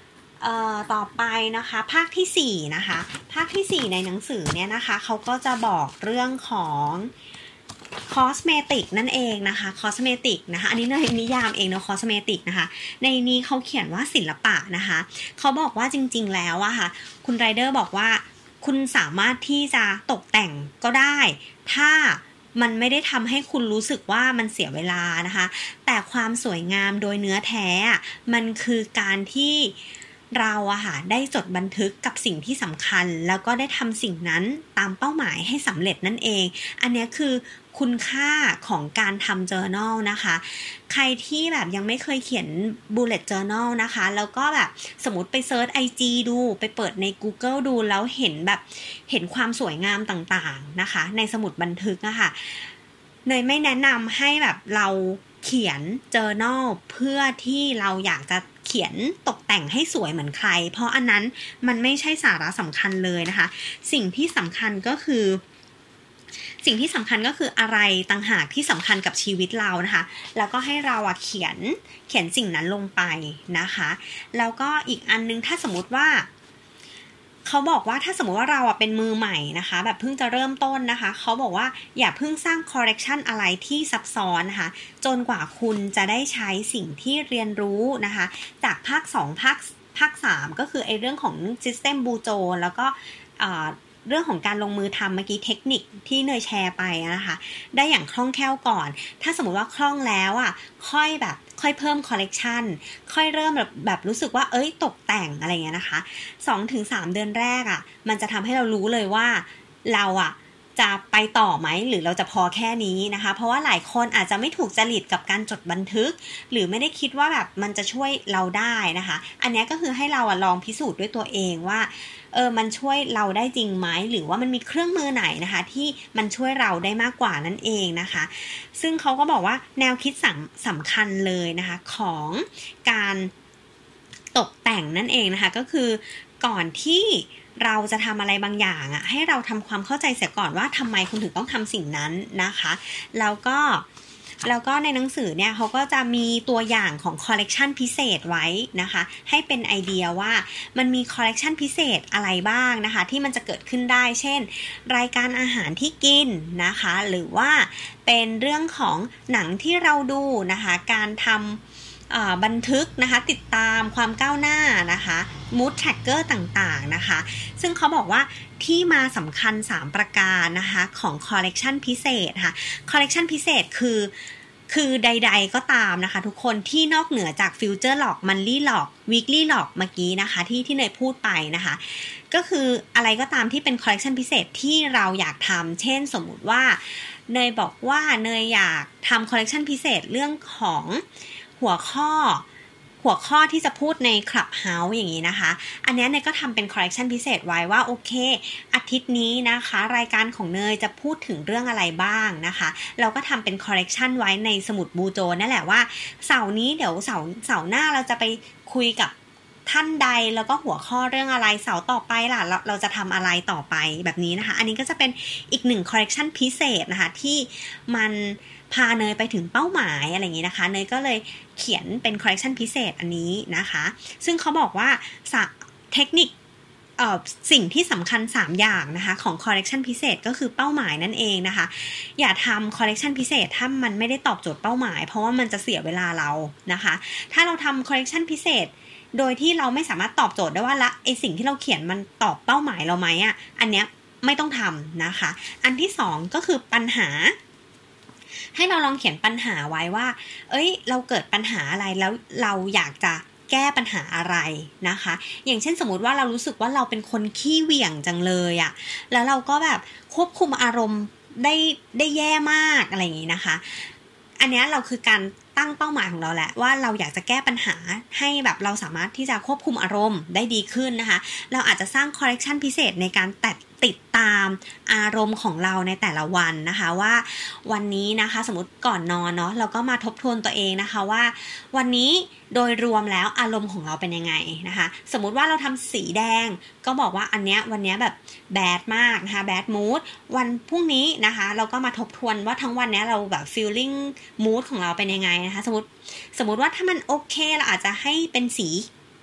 เอ่อต่อไปนะคะภาคที่สี่นะคะภาคที่สี่ในหนังสือเนี่ยนะคะเขาก็จะบอกเรื่องของคอสเมติกนั่นเองนะคะคอสเมติกนะคะอันนี้ในนิยามเองเนาะคอสเมติกนะคะในนี้เขาเขียนว่าศิลปะนะคะเขาบอกว่าจริงๆแล้วอะค่ะคุณไรเดอร์บอกว่าคุณสามารถที่จะตกแต่งก็ได้ถ้ามันไม่ได้ทำให้คุณรู้สึกว่ามันเสียเวลานะคะแต่ความสวยงามโดยเนื้อแท้มันคือการที่เราอะค่ะได้จดบันทึกกับสิ่งที่สำคัญแล้วก็ได้ทำสิ่งนั้นตามเป้าหมายให้สำเร็จนั่นเองอันนี้คือคุณค่าของการทำ journal นะคะใครที่แบบยังไม่เคยเขียน bullet journal นะคะแล้วก็แบบสมมติไปเซิร์ช ไอ จี ดูไปเปิดใน Google ดูแล้วเห็นแบบเห็นความสวยงามต่างๆนะคะในสมุดบันทึกนะคะเนยไม่แนะนำให้แบบเราเขียน journal เพื่อที่เราอยากจะเขียนตกแต่งให้สวยเหมือนใครเพราะอันนั้นมันไม่ใช่สาระสำคัญเลยนะคะสิ่งที่สำคัญก็คือสิ่งที่สำคัญก็คืออะไรต่างหากที่สำคัญกับชีวิตเรานะคะแล้วก็ให้เราอะเขียนเขียนสิ่งนั้นลงไปนะคะแล้วก็อีกอันนึงถ้าสมมติว่าเขาบอกว่าถ้าสมมติว่าเราอะเป็นมือใหม่นะคะแบบเพิ่งจะเริ่มต้นนะคะเขาบอกว่าอย่าเพิ่งสร้างคอร์เรคชันอะไรที่ซับซ้อนนะคะจนกว่าคุณจะได้ใช้สิ่งที่เรียนรู้นะคะจากภาคสองภาคภาคสามก็คือไอ้เรื่องของ System Bujo แล้วก็เรื่องของการลงมือทำเมื่อกี้เทคนิคที่เนยแชร์ไปนะคะได้อย่างคล่องแคล่วก่อนถ้าสมมติว่าคล่องแล้วอ่ะค่อยแบบค่อยเพิ่มคอลเลกชันค่อยเริ่มแบบแบบรู้สึกว่าเอ้ยตกแต่งอะไรเงี้ยนะคะ สองถึงสาม เดือนแรกอ่ะมันจะทำให้เรารู้เลยว่าเราอ่ะจะไปต่อไหมหรือเราจะพอแค่นี้นะคะเพราะว่าหลายคนอาจจะไม่ถูกจริตกับการจดบันทึกหรือไม่ได้คิดว่าแบบมันจะช่วยเราได้นะคะอันนี้ก็คือให้เราอ่ะลองพิสูจน์ด้วยตัวเองว่าเออมันช่วยเราได้จริงไหมหรือว่ามันมีเครื่องมือไหนนะคะที่มันช่วยเราได้มากกว่านั่นเองนะคะซึ่งเขาก็บอกว่าแนวคิดสำคัญเลยนะคะของการตกแต่งนั่นเองนะคะก็คือก่อนที่เราจะทำอะไรบางอย่างอ่ะให้เราทำความเข้าใจเสียก่อนว่าทำไมคุณถึงต้องทำสิ่งนั้นนะคะแล้วก็แล้วก็ในหนังสือเนี่ยเขาก็จะมีตัวอย่างของคอลเลกชันพิเศษไว้นะคะให้เป็นไอเดียว่ามันมีคอลเลกชันพิเศษอะไรบ้างนะคะที่มันจะเกิดขึ้นได้เช่นรายการอาหารที่กินนะคะหรือว่าเป็นเรื่องของหนังที่เราดูนะคะการทำบันทึกนะคะติดตามความก้าวหน้านะคะ mood tracker ต่างๆนะคะซึ่งเขาบอกว่าที่มาสำคัญสามประการนะคะของคอลเลกชันพิเศษค่ะคอลเลกชันพิเศษคือคือใดๆก็ตามนะคะทุกคนที่นอกเหนือจาก Future Lock Monthly Lock Weekly Lock เมื่อกี้นะคะที่ที่เนยพูดไปนะคะก็คืออะไรก็ตามที่เป็นคอลเลกชันพิเศษที่เราอยากทำเช่นสมมุติว่าเนยบอกว่าเนยอยากทำคอลเลกชันพิเศษเรื่องของหัวข้อหัวข้อที่จะพูดใน Clubhouse อย่างนี้นะคะอันนี้เนยก็ทำเป็นคอลเลกชันพิเศษไว้ว่าโอเคอาทิตย์นี้นะคะรายการของเนยจะพูดถึงเรื่องอะไรบ้างนะคะเราก็ทำเป็นคอลเลกชันไว้ในสมุดบูโจนั่นแหละว่าเสาร์นี้เดี๋ยวเสาร์เสาร์หน้าเราจะไปคุยกับท่านใดแล้วก็หัวข้อเรื่องอะไรเสาร์ต่อไปล่ะเราเราจะทำอะไรต่อไปแบบนี้นะคะอันนี้ก็จะเป็นอีกหนึ่งคอลเลกชันพิเศษนะคะที่มันพาเนยไปถึงเป้าหมายอะไรอย่างนี้นะคะเนยก็เลยเขียนเป็นคอลเลกชันพิเศษอันนี้นะคะซึ่งเขาบอกว่าเทคนิคเอ่อสิ่งที่สำคัญสามอย่างนะคะของคอลเลกชันพิเศษก็คือเป้าหมายนั่นเองนะคะอย่าทำคอลเลกชันพิเศษถ้ามันไม่ได้ตอบโจทย์เป้าหมายเพราะว่ามันจะเสียเวลาเรานะคะถ้าเราทำคอลเลกชันพิเศษโดยที่เราไม่สามารถตอบโจทย์ได้ว่าละไอสิ่งที่เราเขียนมันตอบเป้าหมายเราไหมอ่ะอันเนี้ยไม่ต้องทำนะคะอันที่สองก็คือปัญหาให้เราลองเขียนปัญหาไว้ว่าเอ้ยเราเกิดปัญหาอะไรแล้วเราอยากจะแก้ปัญหาอะไรนะคะอย่างเช่นสมมุติว่าเรารู้สึกว่าเราเป็นคนขี้เหวี่ยงจังเลยอะแล้วเราก็แบบควบคุมอารมณ์ได้ได้แย่มากอะไรอย่างนี้นะคะอันนี้เราคือการตั้งเป้าหมายของเราแหละว่าเราอยากจะแก้ปัญหาให้แบบเราสามารถที่จะควบคุมอารมณ์ได้ดีขึ้นนะคะเราอาจจะสร้างคอลเลกชันพิเศษในการตัดติดตามอารมณ์ของเราในแต่ละวันนะคะว่าวันนี้นะคะสมมติก่อนนอนเนาะเราก็มาทบทวนตัวเองนะคะว่าวันนี้โดยรวมแล้วอารมณ์ของเราเป็นยังไงนะคะสมมุติว่าเราทำสีแดงก็บอกว่าอันเนี้ยวันเนี้ยแบบแบดมากนะคะแบดมูดวันพรุ่งนี้นะคะเราก็มาทบทวนว่าทั้งวันเนี้ยเราแบบ feeling mood ของเราเป็นยังไงนะคะสมมติสมมติว่าถ้ามันโอเคเราอาจจะให้เป็นสี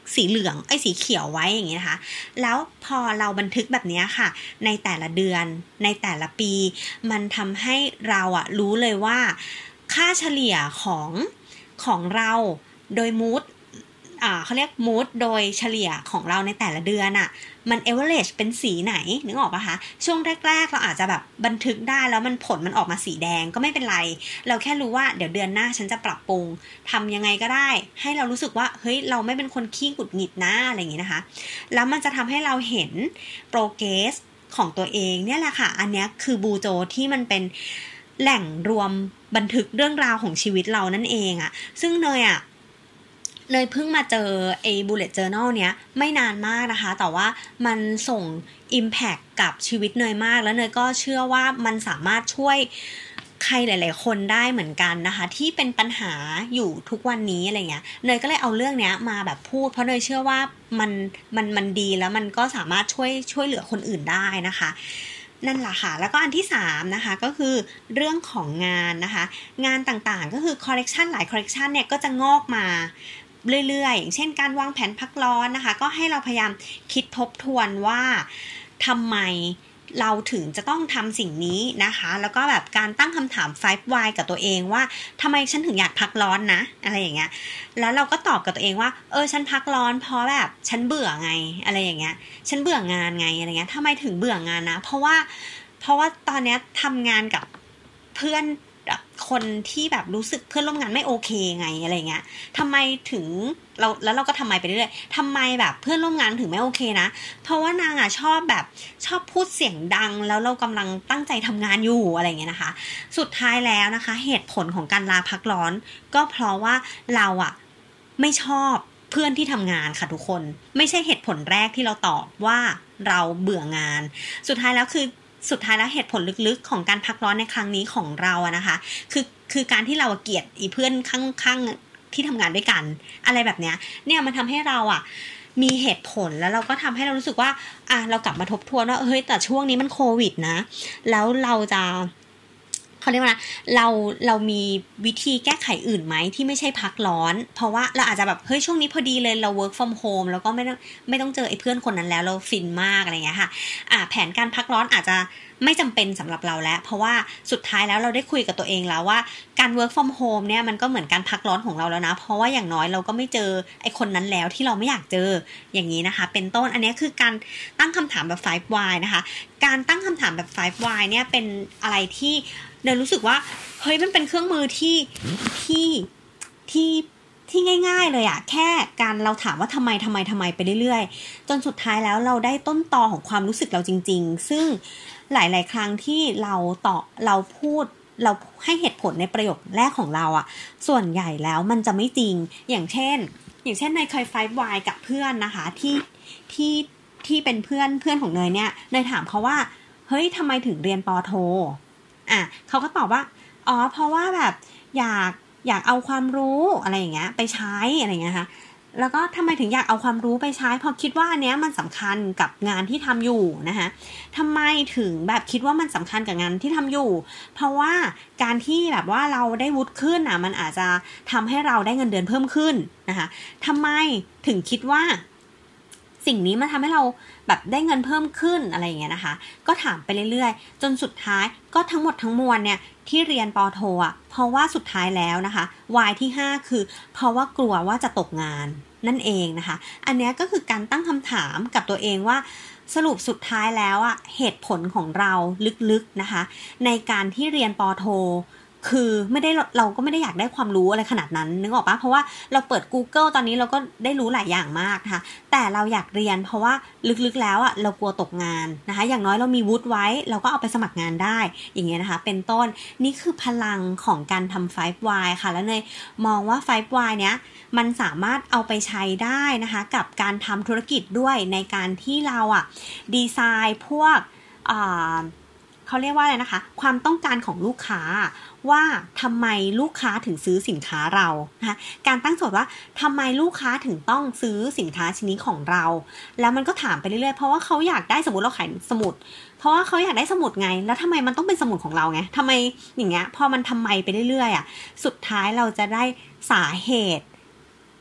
สีเหลืองไอ้สีเขียวไว้อย่างนี้นะคะแล้วพอเราบันทึกแบบนี้ค่ะในแต่ละเดือนในแต่ละปีมันทำให้เราอะรู้เลยว่าค่าเฉลี่ยของของเราโดยมูดอ่าเขาเรียกมูดโดยเฉลี่ยของเราในแต่ละเดือนอะมันเอเวอเรจเป็นสีไหนนึกออกปะคะช่วงแรกๆเราอาจจะแบบบันทึกได้แล้วมันผลมันออกมาสีแดงก็ไม่เป็นไรเราแค่รู้ว่าเดี๋ยวเดือนหน้าฉันจะปรับปรุงทำยังไงก็ได้ให้เรารู้สึกว่าเฮ้ยเราไม่เป็นคนขี้หงุดหงิดนะอะไรอย่างงี้นะคะแล้วมันจะทำให้เราเห็นโปรเกรสของตัวเองเนี่ยแหละค่ะอันนี้คือบูโจที่มันเป็นแหล่งรวมบันทึกเรื่องราวของชีวิตเรานั่นเองอะซึ่งเนยอะเนยเพิ่งมาเจอไอ้ bullet journal เนี้ยไม่นานมากนะคะแต่ว่ามันส่ง impact กับชีวิตเนยมากแล้วเนยก็เชื่อว่ามันสามารถช่วยใครหลายๆคนได้เหมือนกันนะคะที่เป็นปัญหาอยู่ทุกวันนี้อะไรเงี้ยเนยก็เลยเอาเรื่องเนี้ยมาแบบพูดเพราะเนยเชื่อว่ามันมันมันดีแล้วมันก็สามารถช่วยช่วยเหลือคนอื่นได้นะคะนั่นแหละค่ะแล้วก็อันที่สามนะคะก็คือเรื่องของงานนะคะงานต่างๆก็คือคอลเลกชันหลายคอลเลกชันเนี่ยก็จะงอกมาเรื่อยๆอย่างเช่นการวางแผนพักร้อนนะคะก็ให้เราพยายามคิดทบทวนว่าทำไมเราถึงจะต้องทำสิ่งนี้นะคะแล้วก็แบบการตั้งคำถาม ไฟว์ วาย กับตัวเองว่าทำไมฉันถึงอยากพักร้อนนะอะไรอย่างเงี้ยแล้วเราก็ตอบกับตัวเองว่าเออฉันพักร้อนเพราะแบบฉันเบื่อไงอะไรอย่างเงี้ยฉันเบื่องานไงอะไรเงี้ยทำไมถึงเบื่องานนะเพราะว่าเพราะว่าตอนเนี้ยทำงานกับเพื่อนคนที่แบบรู้สึกเพื่อนร่วมงานไม่โอเคไงอะไรเงี้ยทำไมถึงเราแล้วเราก็ทำไมไปเรื่อยๆทำไมแบบเพื่อนร่วมงานถึงไม่โอเคนะเพราะว่านางอ่ะชอบแบบชอบพูดเสียงดังแล้วเรากำลังตั้งใจทำงานอยู่อะไรเงี้ยนะคะสุดท้ายแล้วนะคะเหตุผลของการลาพักร้อนก็เพราะว่าเราอ่ะไม่ชอบเพื่อนที่ทำงานค่ะทุกคนไม่ใช่เหตุผลแรกที่เราตอบว่าเราเบื่องานสุดท้ายแล้วคือสุดท้ายแล้วเหตุผลลึกๆของการพักร้อนในครั้งนี้ของเราอะนะคะคือคือการที่เราเกลียดอีเพื่อนข้างๆที่ทำงานด้วยกันอะไรแบบเนี้ยเนี่ยมันทำให้เราอะมีเหตุผลแล้วเราก็ทำให้เรารู้สึกว่าอ่ะเรากลับมาทบทวนว่าเฮ้ยแต่ช่วงนี้มันโควิดนะแล้วเราจะเขาเรียกว่าเราเรามีวิธีแก้ไขอื่นไหมที่ไม่ใช่พักร้อนเพราะว่าเราอาจจะแบบเฮ้ยช่วงนี้พอดีเลยเรา work from home แล้วก็ไม่ต้องไม่ต้องเจอไอ้เพื่อนคนนั้นแล้วเราฟินมากอะไรเงี้ยค่ะอ่าแผนการพักร้อนอาจจะไม่จำเป็นสำหรับเราแล้วเพราะว่าสุดท้ายแล้วเราได้คุยกับตัวเองแล้วว่าการ work from home เนี่ยมันก็เหมือนการพักร้อนของเราแล้วนะเพราะว่าอย่างน้อยเราก็ไม่เจอไอ้คนนั้นแล้วที่เราไม่อยากเจออย่างนี้นะคะเป็นต้นอันนี้คือการตั้งคำถามแบบ ไฟว์ วาย นะคะการตั้งคำถามแบบ ไฟว์ วาย เนี่ยเป็นอะไรที่เนยรู้สึกว่าเฮ้ยมันเป็นเครื่องมือที่ที่ที่ที่ง่ายๆเลยอะแค่การเราถามว่าทำไมทำไมทำไมไปเรื่อยๆจนสุดท้ายแล้วเราได้ต้นตอของความรู้สึกเราจริงๆซึ่งหลายๆครั้งที่เราต่อเราพูดเราให้เหตุผลในประโยคแรกของเราอะส่วนใหญ่แล้วมันจะไม่จริงอย่างเช่นอย่างเช่นในเคย ไฟว์ วาย กับเพื่อนนะคะที่ที่ที่เป็นเพื่อนเพื่อนของเนยเนี่ยเนยถามเขาว่าเฮ้ยทำไมถึงเรียนป.โทอ่ะเขาก็ตอบว่าอ๋อเพราะว่าแบบอยากอยากเอาความรู้อะไรอย่างเงี้ยไปใช้อะไรอย่างเงี้ยค่ะแล้วก็ทำไมถึงอยากเอาความรู้ไปใช้เพราะคิดว่าอันเนี้ยมันสำคัญกับงานที่ทำอยู่นะคะทำไมถึงแบบคิดว่ามันสำคัญกับงานที่ทำอยู่เพราะว่าการที่แบบว่าเราได้วุฒิขึ้นอ่ะมันอาจจะทำให้เราได้เงินเดือนเพิ่มขึ้นนะคะทำไมถึงคิดว่าสิ่งนี้มันทำให้เราแบบได้เงินเพิ่มขึ้นอะไรอย่างเงี้ยนะคะก็ถามไปเรื่อยๆจนสุดท้ายก็ทั้งหมดทั้งมวลเนี่ยที่เรียนป.โทอ่ะเพราะว่าสุดท้ายแล้วนะคะ Y ที่ห้าคือเพราะว่ากลัวว่าจะตกงานนั่นเองนะคะอันนี้ก็คือการตั้งคำถามกับตัวเองว่าสรุปสุดท้ายแล้วอ่ะเหตุผลของเราลึกๆนะคะในการที่เรียนป.โทคือไม่ได้เราก็ไม่ได้อยากได้ความรู้อะไรขนาดนั้นนึกออกปะเพราะว่าเราเปิด Google ตอนนี้เราก็ได้รู้หลายอย่างมากนะคะแต่เราอยากเรียนเพราะว่าลึกๆแล้วอ่ะเรากลัวตกงานนะคะอย่างน้อยเรามีวุฒิไว้เราก็เอาไปสมัครงานได้อย่างเงี้ยนะคะเป็นต้นนี่คือพลังของการทำ ไฟว์ วาย ค่ะแล้วเนยมองว่า ไฟว์ วาย เนี้ยมันสามารถเอาไปใช้ได้นะคะกับการทำธุรกิจด้วยในการที่เราอ่ะดีไซน์พวกอ่าเขาเรียกว่าอะไรนะคะความต้องการของลูกค้าว่าทำไมลูกค้าถึงซื้อสินค้าเรานะคะการตั้งโจทย์ว่าทำไมลูกค้าถึงต้องซื้อสินค้าชิ้นนี้ของเราแล้วมันก็ถามไปเรื่อยๆเพราะว่าเขาอยากได้สมมติเราขายสมุดเพราะว่าเขาอยากได้สมุดไงแล้วทำไมมันต้องเป็นสมุดของเราไงทำไมอย่างเงี้ยพอมันทำไมไปเรื่อยๆอ่ะสุดท้ายเราจะได้สาเหตุ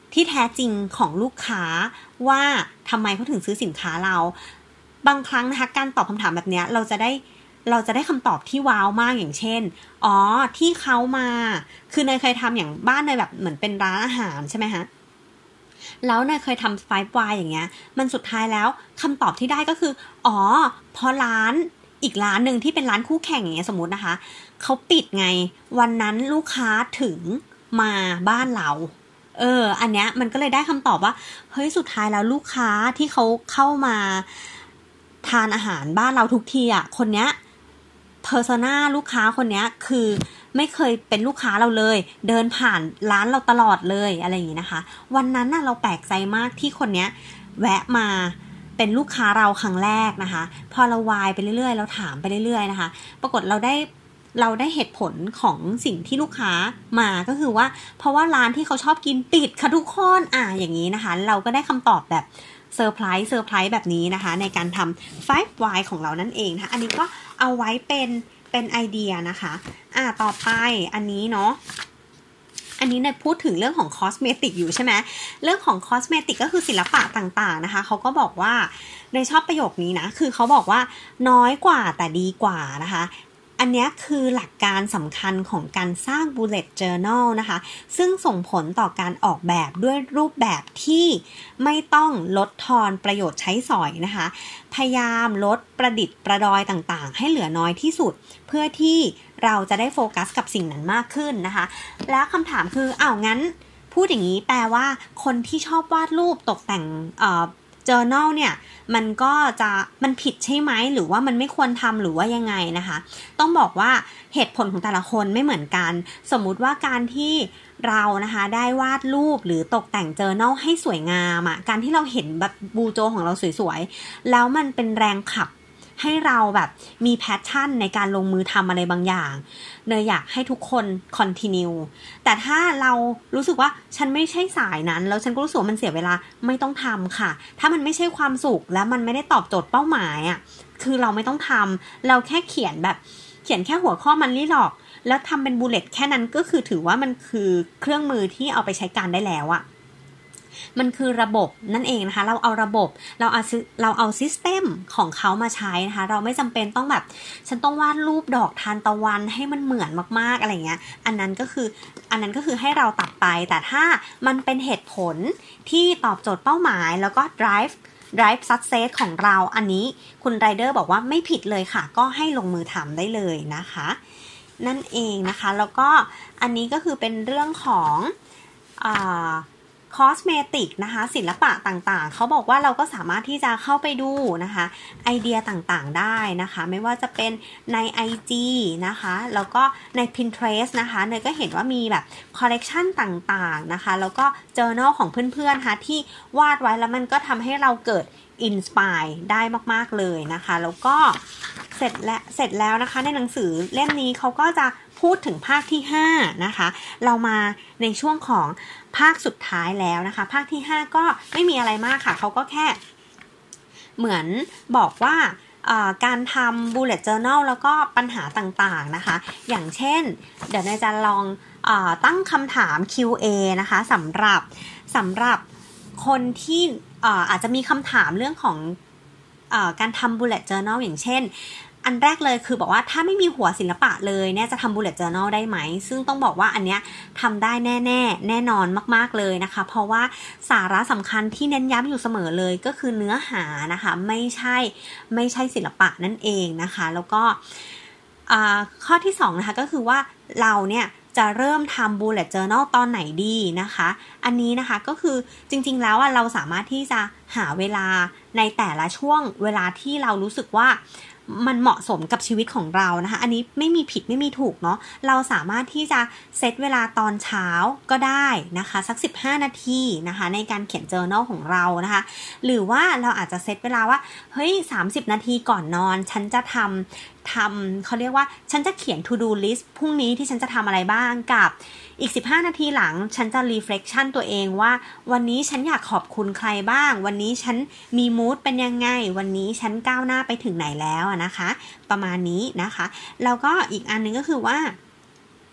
ที่แท้จริงของลูกค้าว่าทำไมเขาถึงซื้อสินค้าเราบางครั้งนะคะการตอบคำถามแบบนี้เราจะได้เราจะได้คำตอบที่ว้าวมากอย่างเช่นอ๋อที่เขามาคือเนยเคยทำอย่างบ้านเนยแบบเหมือนเป็นร้านอาหารใช่ไหมฮะแล้วเนยเคยทำไฟฟ์วายอย่างเงี้ยมันสุดท้ายแล้วคำตอบที่ได้ก็คืออ๋อเพราะร้านอีกร้านหนึ่งที่เป็นร้านคู่แข่งอย่างเงี้ยสมมตินะคะเขาปิดไงวันนั้นลูกค้าถึงมาบ้านเราเอออันเนี้ยมันก็เลยได้คำตอบว่าเฮ้ยสุดท้ายแล้วลูกค้าที่เขาเข้ามาทานอาหารบ้านเราทุกทีอ่ะคนเนี้ยเพอร์โซนาลูกค้าคนเนี้ยคือไม่เคยเป็นลูกค้าเราเลยเดินผ่านร้านเราตลอดเลยอะไรอย่างงี้นะคะวันนั้นน่ะเราแปลกใจมากที่คนเนี้ยแวะมาเป็นลูกค้าเราครั้งแรกนะคะพอเราวายไปเรื่อยๆเราถามไปเรื่อยๆนะคะปรากฏเราได้เราได้เหตุผลของสิ่งที่ลูกค้ามาก็คือว่าเพราะว่าร้านที่เขาชอบกินปิดค่ะทุกคนอ่ะอย่างนี้นะคะเราก็ได้คำตอบแบบเซอร์ไพรส์เซอร์ไพรส์แบบนี้นะคะในการทำ ไฟฟ์ วาย ของเรานั่นเองนะคะอันนี้ก็เอาไว้เป็นเป็นไอเดียนะคะอ่ะต่อไปอันนี้เนาะอันนี้เนี่ยพูดถึงเรื่องของคอสเมติกอยู่ใช่ไหมเรื่องของคอสเมติกก็คือศิลปะต่างๆนะคะเขาก็บอกว่าในชอบประโยคนี้นะคือเขาบอกว่าน้อยกว่าแต่ดีกว่านะคะอันนี้คือหลักการสำคัญของการสร้าง bullet journal นะคะซึ่งส่งผลต่อการออกแบบด้วยรูปแบบที่ไม่ต้องลดทอนประโยชน์ใช้สอยนะคะพยายามลดประดิษฐ์ประดอยต่างๆให้เหลือน้อยที่สุดเพื่อที่เราจะได้โฟกัสกับสิ่งนั้นมากขึ้นนะคะแล้วคำถามคืออ้าวงั้นพูดอย่างนี้แปลว่าคนที่ชอบวาดรูปตกแต่งเอ่อjournal เนี่ยมันก็จะมันผิดใช่ไหมหรือว่ามันไม่ควรทำหรือว่ายังไงนะคะต้องบอกว่าเหตุผลของแต่ละคนไม่เหมือนกันสมมุติว่าการที่เรานะคะได้วาดรูปหรือตกแต่ง journal ให้สวยงามอ่ะการที่เราเห็นแบบบูโจของเราสวยๆแล้วมันเป็นแรงขับให้เราแบบมีแพชชั่นในการลงมือทำอะไรบางอย่างเนยอยากให้ทุกคนคอนทินิวแต่ถ้าเรารู้สึกว่าฉันไม่ใช่สายนั้นแล้วฉันก็รู้สึกว่ามันเสียเวลาไม่ต้องทำค่ะถ้ามันไม่ใช่ความสุขและมันไม่ได้ตอบโจทย์เป้าหมายอ่ะคือเราไม่ต้องทำเราแค่เขียนแบบเขียนแค่หัวข้อมันรีหรอกแล้วทำเป็นบูลเลตแค่นั้นก็คือถือว่ามันคือเครื่องมือที่เอาไปใช้การได้แล้วอ่ะมันคือระบบนั่นเองนะคะเราเอาระบบเราเอาเราเอาซิสเต็มของเขามาใช้นะคะเราไม่จำเป็นต้องแบบฉันต้องวาดรูปดอกทานตะวันให้มันเหมือนมากๆอะไรเงี้ยอันนั้นก็คืออันนั้นก็คือให้เราตัดไปแต่ถ้ามันเป็นเหตุผลที่ตอบโจทย์เป้าหมายแล้วก็ drive drive success ของเราอันนี้คุณไรเดอร์บอกว่าไม่ผิดเลยค่ะก็ให้ลงมือทำได้เลยนะคะนั่นเองนะคะแล้วก็อันนี้ก็คือเป็นเรื่องของอ่าคอสเมติกนะคะศิลปะต่างๆเขาบอกว่าเราก็สามารถที่จะเข้าไปดูนะคะไอเดียต่างๆได้นะคะไม่ว่าจะเป็นใน ไอ จี นะคะแล้วก็ใน Pinterest นะคะเนยก็เห็นว่ามีแบบคอลเลกชันต่างๆนะคะแล้วก็ journal ของเพื่อนๆนะคะที่วาดไว้แล้วมันก็ทำให้เราเกิดอินสปายได้มากๆเลยนะคะแล้วก็เสร็จแล้วเสร็จแล้วนะคะในหนังสือเล่มนี้เขาก็จะพูดถึงภาคที่ห้านะคะเรามาในช่วงของภาคสุดท้ายแล้วนะคะภาคที่ห้าก็ไม่มีอะไรมากค่ะเขาก็แค่เหมือนบอกว่าการทำ bullet journal แล้วก็ปัญหาต่างๆนะคะอย่างเช่นเดี๋ยวนายจะลองเอ่อตั้งคำถาม คิว เอ นะคะสำหรับสำหรับคนที่เอ่ออาจจะมีคำถามเรื่องของเอ่อการทำ bullet journal อย่างเช่นอันแรกเลยคือบอกว่าถ้าไม่มีหัวศิลปะเลยเนี่ยจะทำ bullet journal ได้ไหมซึ่งต้องบอกว่าอันเนี้ยทำได้แน่แน่แน่นอนมากๆเลยนะคะเพราะว่าสาระสำคัญที่เน้นย้ำอยู่เสมอเลยก็คือเนื้อหานะคะไม่ใช่ไม่ใช่ศิลปะนั่นเองนะคะแล้วก็ข้อที่สองนะคะก็คือว่าเราเนี่ยจะเริ่มทำ bullet journal ตอนไหนดีนะคะอันนี้นะคะก็คือจริงๆแล้วอ่ะเราสามารถที่จะหาเวลาในแต่ละช่วงเวลาที่เรารู้สึกว่ามันเหมาะสมกับชีวิตของเรานะคะอันนี้ไม่มีผิดไม่มีถูกเนาะเราสามารถที่จะเซตเวลาตอนเช้าก็ได้นะคะสักสิบห้านาทีนะคะในการเขียน journal ของเรานะคะหรือว่าเราอาจจะเซตเวลาว่าเฮ้ยสามสิบนาทีก่อนนอนฉันจะทำทำเขาเรียกว่าฉันจะเขียน to do list พรุ่งนี้ที่ฉันจะทำอะไรบ้างกับอีกสิบห้านาทีหลังฉันจะ reflection ตัวเองว่าวันนี้ฉันอยากขอบคุณใครบ้างวันนี้ฉันมี mood เป็นยังไงวันนี้ฉันก้าวหน้าไปถึงไหนแล้วนะคะประมาณนี้นะคะแล้วก็อีกอันนึงก็คือว่า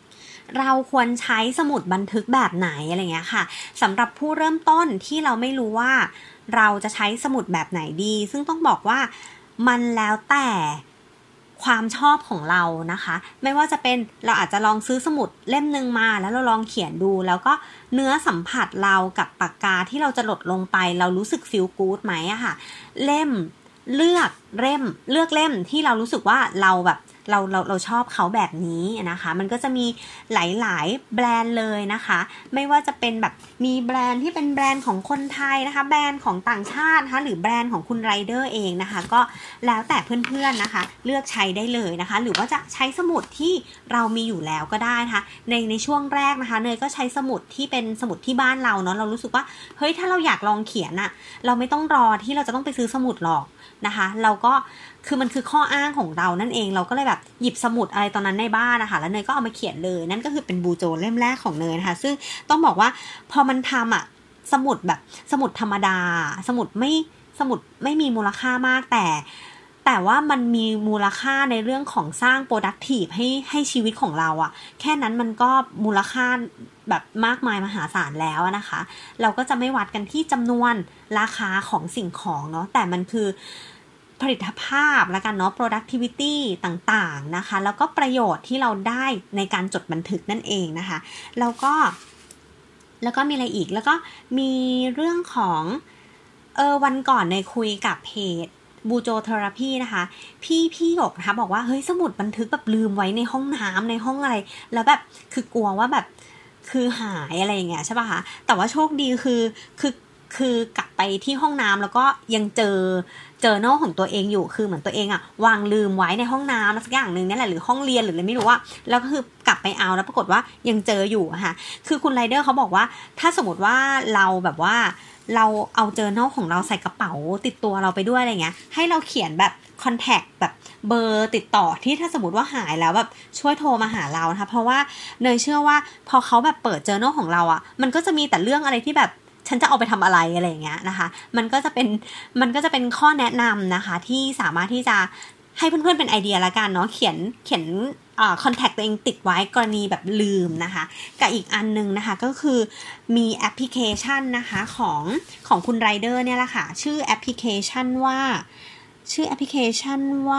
เราควรใช้สมุดบันทึกแบบไหนอะไรเงี้ยค่ะสำหรับผู้เริ่มต้นที่เราไม่รู้ว่าเราจะใช้สมุดแบบไหนดีซึ่งต้องบอกว่ามันแล้วแต่ความชอบของเรานะคะไม่ว่าจะเป็นเราอาจจะลองซื้อสมุดเล่มนึงมาแล้วเราลองเขียนดูแล้วก็เนื้อสัมผัสเรากับปากกาที่เราจะหลดลงไปเรารู้สึกฟีลกู๊ดไหมอะค่ะเล่มเลือกเล่มเลือกเล่มที่เรารู้สึกว่าเราแบบเราเราเราชอบเขาแบบนี้นะคะมันก็จะมีหลายๆแบรนด์เลยนะคะไม่ว่าจะเป็นแบบมีแบรนด์ที่เป็นแบรนด์ของคนไทยนะคะแบรนด์ของต่างชาตินะคะหรือแบรนด์ของคุณไรเดอร์เองนะคะก็แล้วแต่เพื่อนๆนะคะเลือกใช้ได้เลยนะคะหรือว่าจะใช้สมุดที่เรามีอยู่แล้วก็ได้นะคะในในช่วงแรกนะคะเนยก็ใช้สมุดที่เป็นสมุดที่บ้านเราเนาะเรารู้สึกว่าเฮ้ยถ้าเราอยากลองเขียนอะเราไม่ต้องรอที่เราจะต้องไปซื้อสมุดหรอกนะคะเราก็คือมันคือข้ออ้างของเรานั่นเองเราก็เลยแบบหยิบสมุดอะไรตอนนั้นในบ้านนะคะแล้วเนยก็เอามาเขียนเลยนั่นก็คือเป็นบูโจเล่มแรกของเนยนะคะซึ่งต้องบอกว่าพอมันทำอ่ะสมุดแบบสมุดธรรมดาสมุดไม่สมุดไม่มีมูลค่ามากแต่แต่ว่ามันมีมูลค่าในเรื่องของสร้าง productive ให้ให้ชีวิตของเราอ่ะแค่นั้นมันก็มูลค่าแบบมากมายมหาศาลแล้วนะคะเราก็จะไม่วัดกันที่จำนวนราคาของสิ่งของเนาะแต่มันคือผลิตภาพละกันเนาะ productivity ต่างๆนะคะแล้วก็ประโยชน์ที่เราได้ในการจดบันทึกนั่นเองนะคะแล้วก็แล้วก็มีอะไรอีกแล้วก็มีเรื่องของเออวันก่อนในคุยกับเพจบูโจเทอราพีนะคะพี่พี่หยกนะคะบอกว่าเฮ้ยสมุดบันทึกแบบลืมไว้ในห้องน้ำในห้องอะไรแล้วแบบคือกลัวว่าแบบคือหายอะไรอย่างเงี้ยใช่ป่ะคะแต่ว่าโชคดีคือคือคือกลับไปที่ห้องน้ำแล้วก็ยังเจอเจอโน้ตของตัวเองอยู่คือเหมือนตัวเองอะวางลืมไว้ในห้องน้ำสักอย่างนึงนี่แหละหรือห้องเรียนหรืออะไรไม่รู้ว่าแล้วก็คือกลับไปเอาแล้วปรากฏว่ายังเจออยู่ค่ะคือคุณไรเดอร์เขาบอกว่าถ้าสมมติว่าเราแบบว่าเราเอาเจอโน้ตของเราใส่กระเป๋าติดตัวเราไปด้วยอะไรเงี้ยให้เราเขียนแบบคอนแทคแบบเบอร์ติดต่อที่ถ้าสมมติว่าหายแล้วแบบช่วยโทรมาหาเรานะคะเพราะว่าเนยเชื่อว่าพอเขาแบบเปิดเจอโน้ตของเราอะมันก็จะมีแต่เรื่องอะไรที่แบบฉันจะเอาไปทำอะไรอะไรอย่างเงี้ยนะคะมันก็จะเป็นมันก็จะเป็นข้อแนะนำนะคะที่สามารถที่จะให้เพื่อนๆเป็นไอเดียละกันเนาะเขียนเขียนอ่าคอนแทคตัวเองติดไว้กรณีแบบลืมนะคะกับอีกอันนึงนะคะก็คือมีแอปพลิเคชันนะคะของของคุณไรเดอร์เนี่ยแหละค่ะชื่อแอปพลิเคชันว่าชื่อแอปพลิเคชันว่า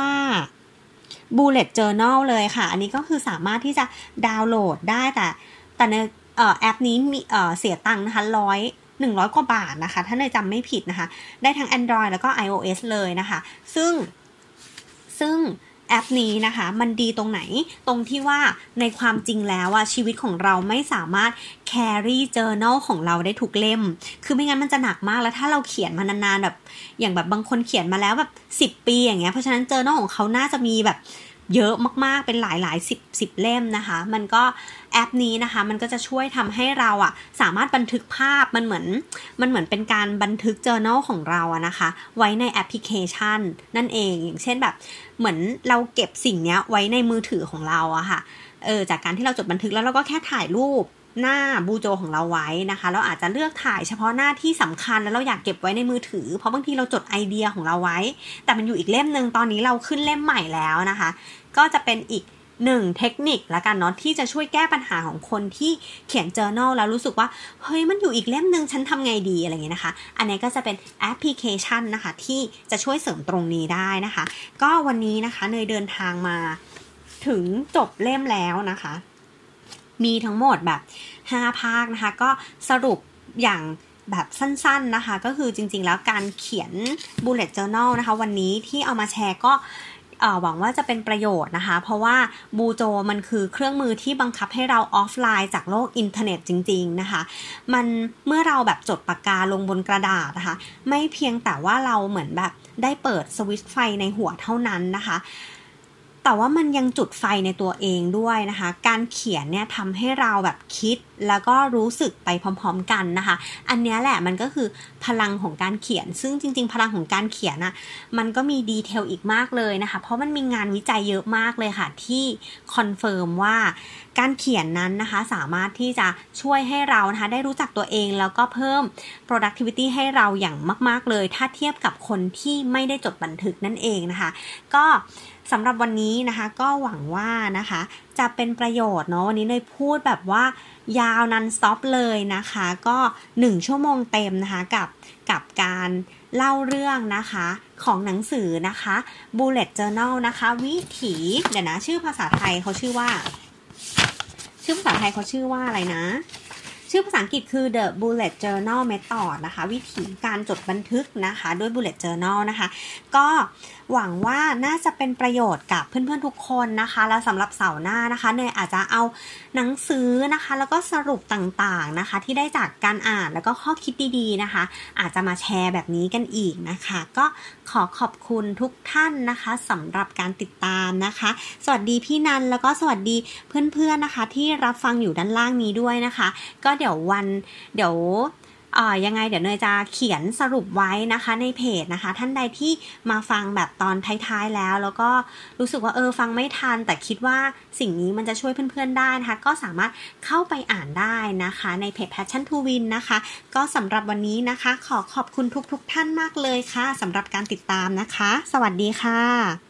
Bullet Journal เลยค่ะอันนี้ก็คือสามารถที่จะดาวน์โหลดได้แต่แต่ในเอ่อแอปนี้มีเอ่อเสียตังค์นะคะร้อยหนึ่งร้อยกว่าบาทนะคะถ้าเนยจำไม่ผิดนะคะได้ทั้ง Android แล้วก็ iOS เลยนะคะซึ่งซึ่งแอปนี้นะคะมันดีตรงไหนตรงที่ว่าในความจริงแล้วอะชีวิตของเราไม่สามารถ carry journal ของเราได้ทุกเล่มคือไม่งั้นมันจะหนักมากแล้วถ้าเราเขียนมานานๆแบบอย่างแบบบางคนเขียนมาแล้วแบบสิบปีอย่างเงี้ยเพราะฉะนั้น journal ของเขาน่าจะมีแบบเยอะมากๆเป็นหลายๆสิบ สิบเล่มนะคะมันก็แอปนี้นะคะมันก็จะช่วยทำให้เราอะสามารถบันทึกภาพมันเหมือนมันเหมือนเป็นการบันทึก journal ของเราอะนะคะไว้ในแอปพลิเคชันนั่นเองอย่างเช่นแบบเหมือนเราเก็บสิ่งนี้ไว้ในมือถือของเราอะค่ะเออจากการที่เราจดบันทึกแล้วเราก็แค่ถ่ายรูปหน้าบูโจของเราไว้นะคะเราอาจจะเลือกถ่ายเฉพาะหน้าที่สำคัญแล้วเราอยากเก็บไว้ในมือถือเพราะบางทีเราจดไอเดียของเราไว้แต่มันอยู่อีกเล่มนึงตอนนี้เราขึ้นเล่มใหม่แล้วนะคะก็จะเป็นอีกหนึ่งเทคนิคละกันเนาะที่จะช่วยแก้ปัญหาของคนที่เขียน journal แล้วรู้สึกว่าเฮ้ยมันอยู่อีกเล่มนึงฉันทำไงดีอะไรอย่างเงี้ยนะคะอันนี้ก็จะเป็นแอปพลิเคชันนะคะที่จะช่วยเสริมตรงนี้ได้นะคะก็วันนี้นะคะเนยเดินทางมาถึงจบเล่มแล้วนะคะมีทั้งหมดแบบห้าภาคนะคะก็สรุปอย่างแบบสั้นๆนะคะก็คือจริงๆแล้วการเขียน bullet journal นะคะวันนี้ที่เอามาแชร์ก็หวังว่าจะเป็นประโยชน์นะคะเพราะว่าบูโจมันคือเครื่องมือที่บังคับให้เราออฟไลน์จากโลกอินเทอร์เน็ตจริงๆนะคะมันเมื่อเราแบบจดปากกาลงบนกระดาษนะคะไม่เพียงแต่ว่าเราเหมือนแบบได้เปิดสวิตช์ไฟในหัวเท่านั้นนะคะแต่ว่ามันยังจุดไฟในตัวเองด้วยนะคะการเขียนเนี่ยทำให้เราแบบคิดแล้วก็รู้สึกไปพร้อมๆกันนะคะอันนี้แหละมันก็คือพลังของการเขียนซึ่งจริงๆพลังของการเขียนอ่ะมันก็มีดีเทลอีกมากเลยนะคะเพราะมันมีงานวิจัยเยอะมากเลยค่ะที่คอนเฟิร์มว่าการเขียนนั้นนะคะสามารถที่จะช่วยให้เรานะคะได้รู้จักตัวเองแล้วก็เพิ่ม productivity ให้เราอย่างมากๆเลยถ้าเทียบกับคนที่ไม่ได้จดบันทึกนั่นเองนะคะก็สำหรับวันนี้นะคะก็หวังว่านะคะจะเป็นประโยชน์เนาะวันนี้เนยพูดแบบว่ายาวนันสต็อปเลยนะคะก็หนึ่งชั่วโมงเต็มนะคะกับกับการเล่าเรื่องนะคะของหนังสือนะคะ Bullet Journal นะคะวิถีเดี๋ยวนะชื่อภาษาไทยเขาชื่อว่าชื่อภาษาไทยเขาชื่อว่าอะไรนะชื่อภาษาอังกฤษคือ The Bullet Journal Method นะคะวิธีการจดบันทึกนะคะด้วย Bullet Journal นะคะก็หวังว่าน่าจะเป็นประโยชน์กับเพื่อนๆทุกคนนะคะแล้วสำหรับเสาร์หน้านะคะเนยอาจจะเอาหนังสือนะคะแล้วก็สรุปต่างๆนะคะที่ได้จากการอ่านแล้วก็ข้อคิดดีๆนะคะอาจจะมาแชร์แบบนี้กันอีกนะคะก็ขอขอบคุณทุกท่านนะคะสำหรับการติดตามนะคะสวัสดีพี่นันแล้วก็สวัสดีเพื่อนๆนะคะที่รับฟังอยู่ด้านล่างนี้ด้วยนะคะก็เดี๋ยววันเดี๋ยวเอ่อยังไงเดี๋ยวเนยจะเขียนสรุปไว้นะคะในเพจนะคะท่านใดที่มาฟังแบบตอนท้ายๆแล้วแล้วก็รู้สึกว่าเออฟังไม่ทันแต่คิดว่าสิ่งนี้มันจะช่วยเพื่อนๆได้นะคะก็สามารถเข้าไปอ่านได้นะคะในเพจ Passion to Win นะคะก็สำหรับวันนี้นะคะขอขอบคุณทุกๆท่านมากเลยค่ะสำหรับการติดตามนะคะสวัสดีค่ะ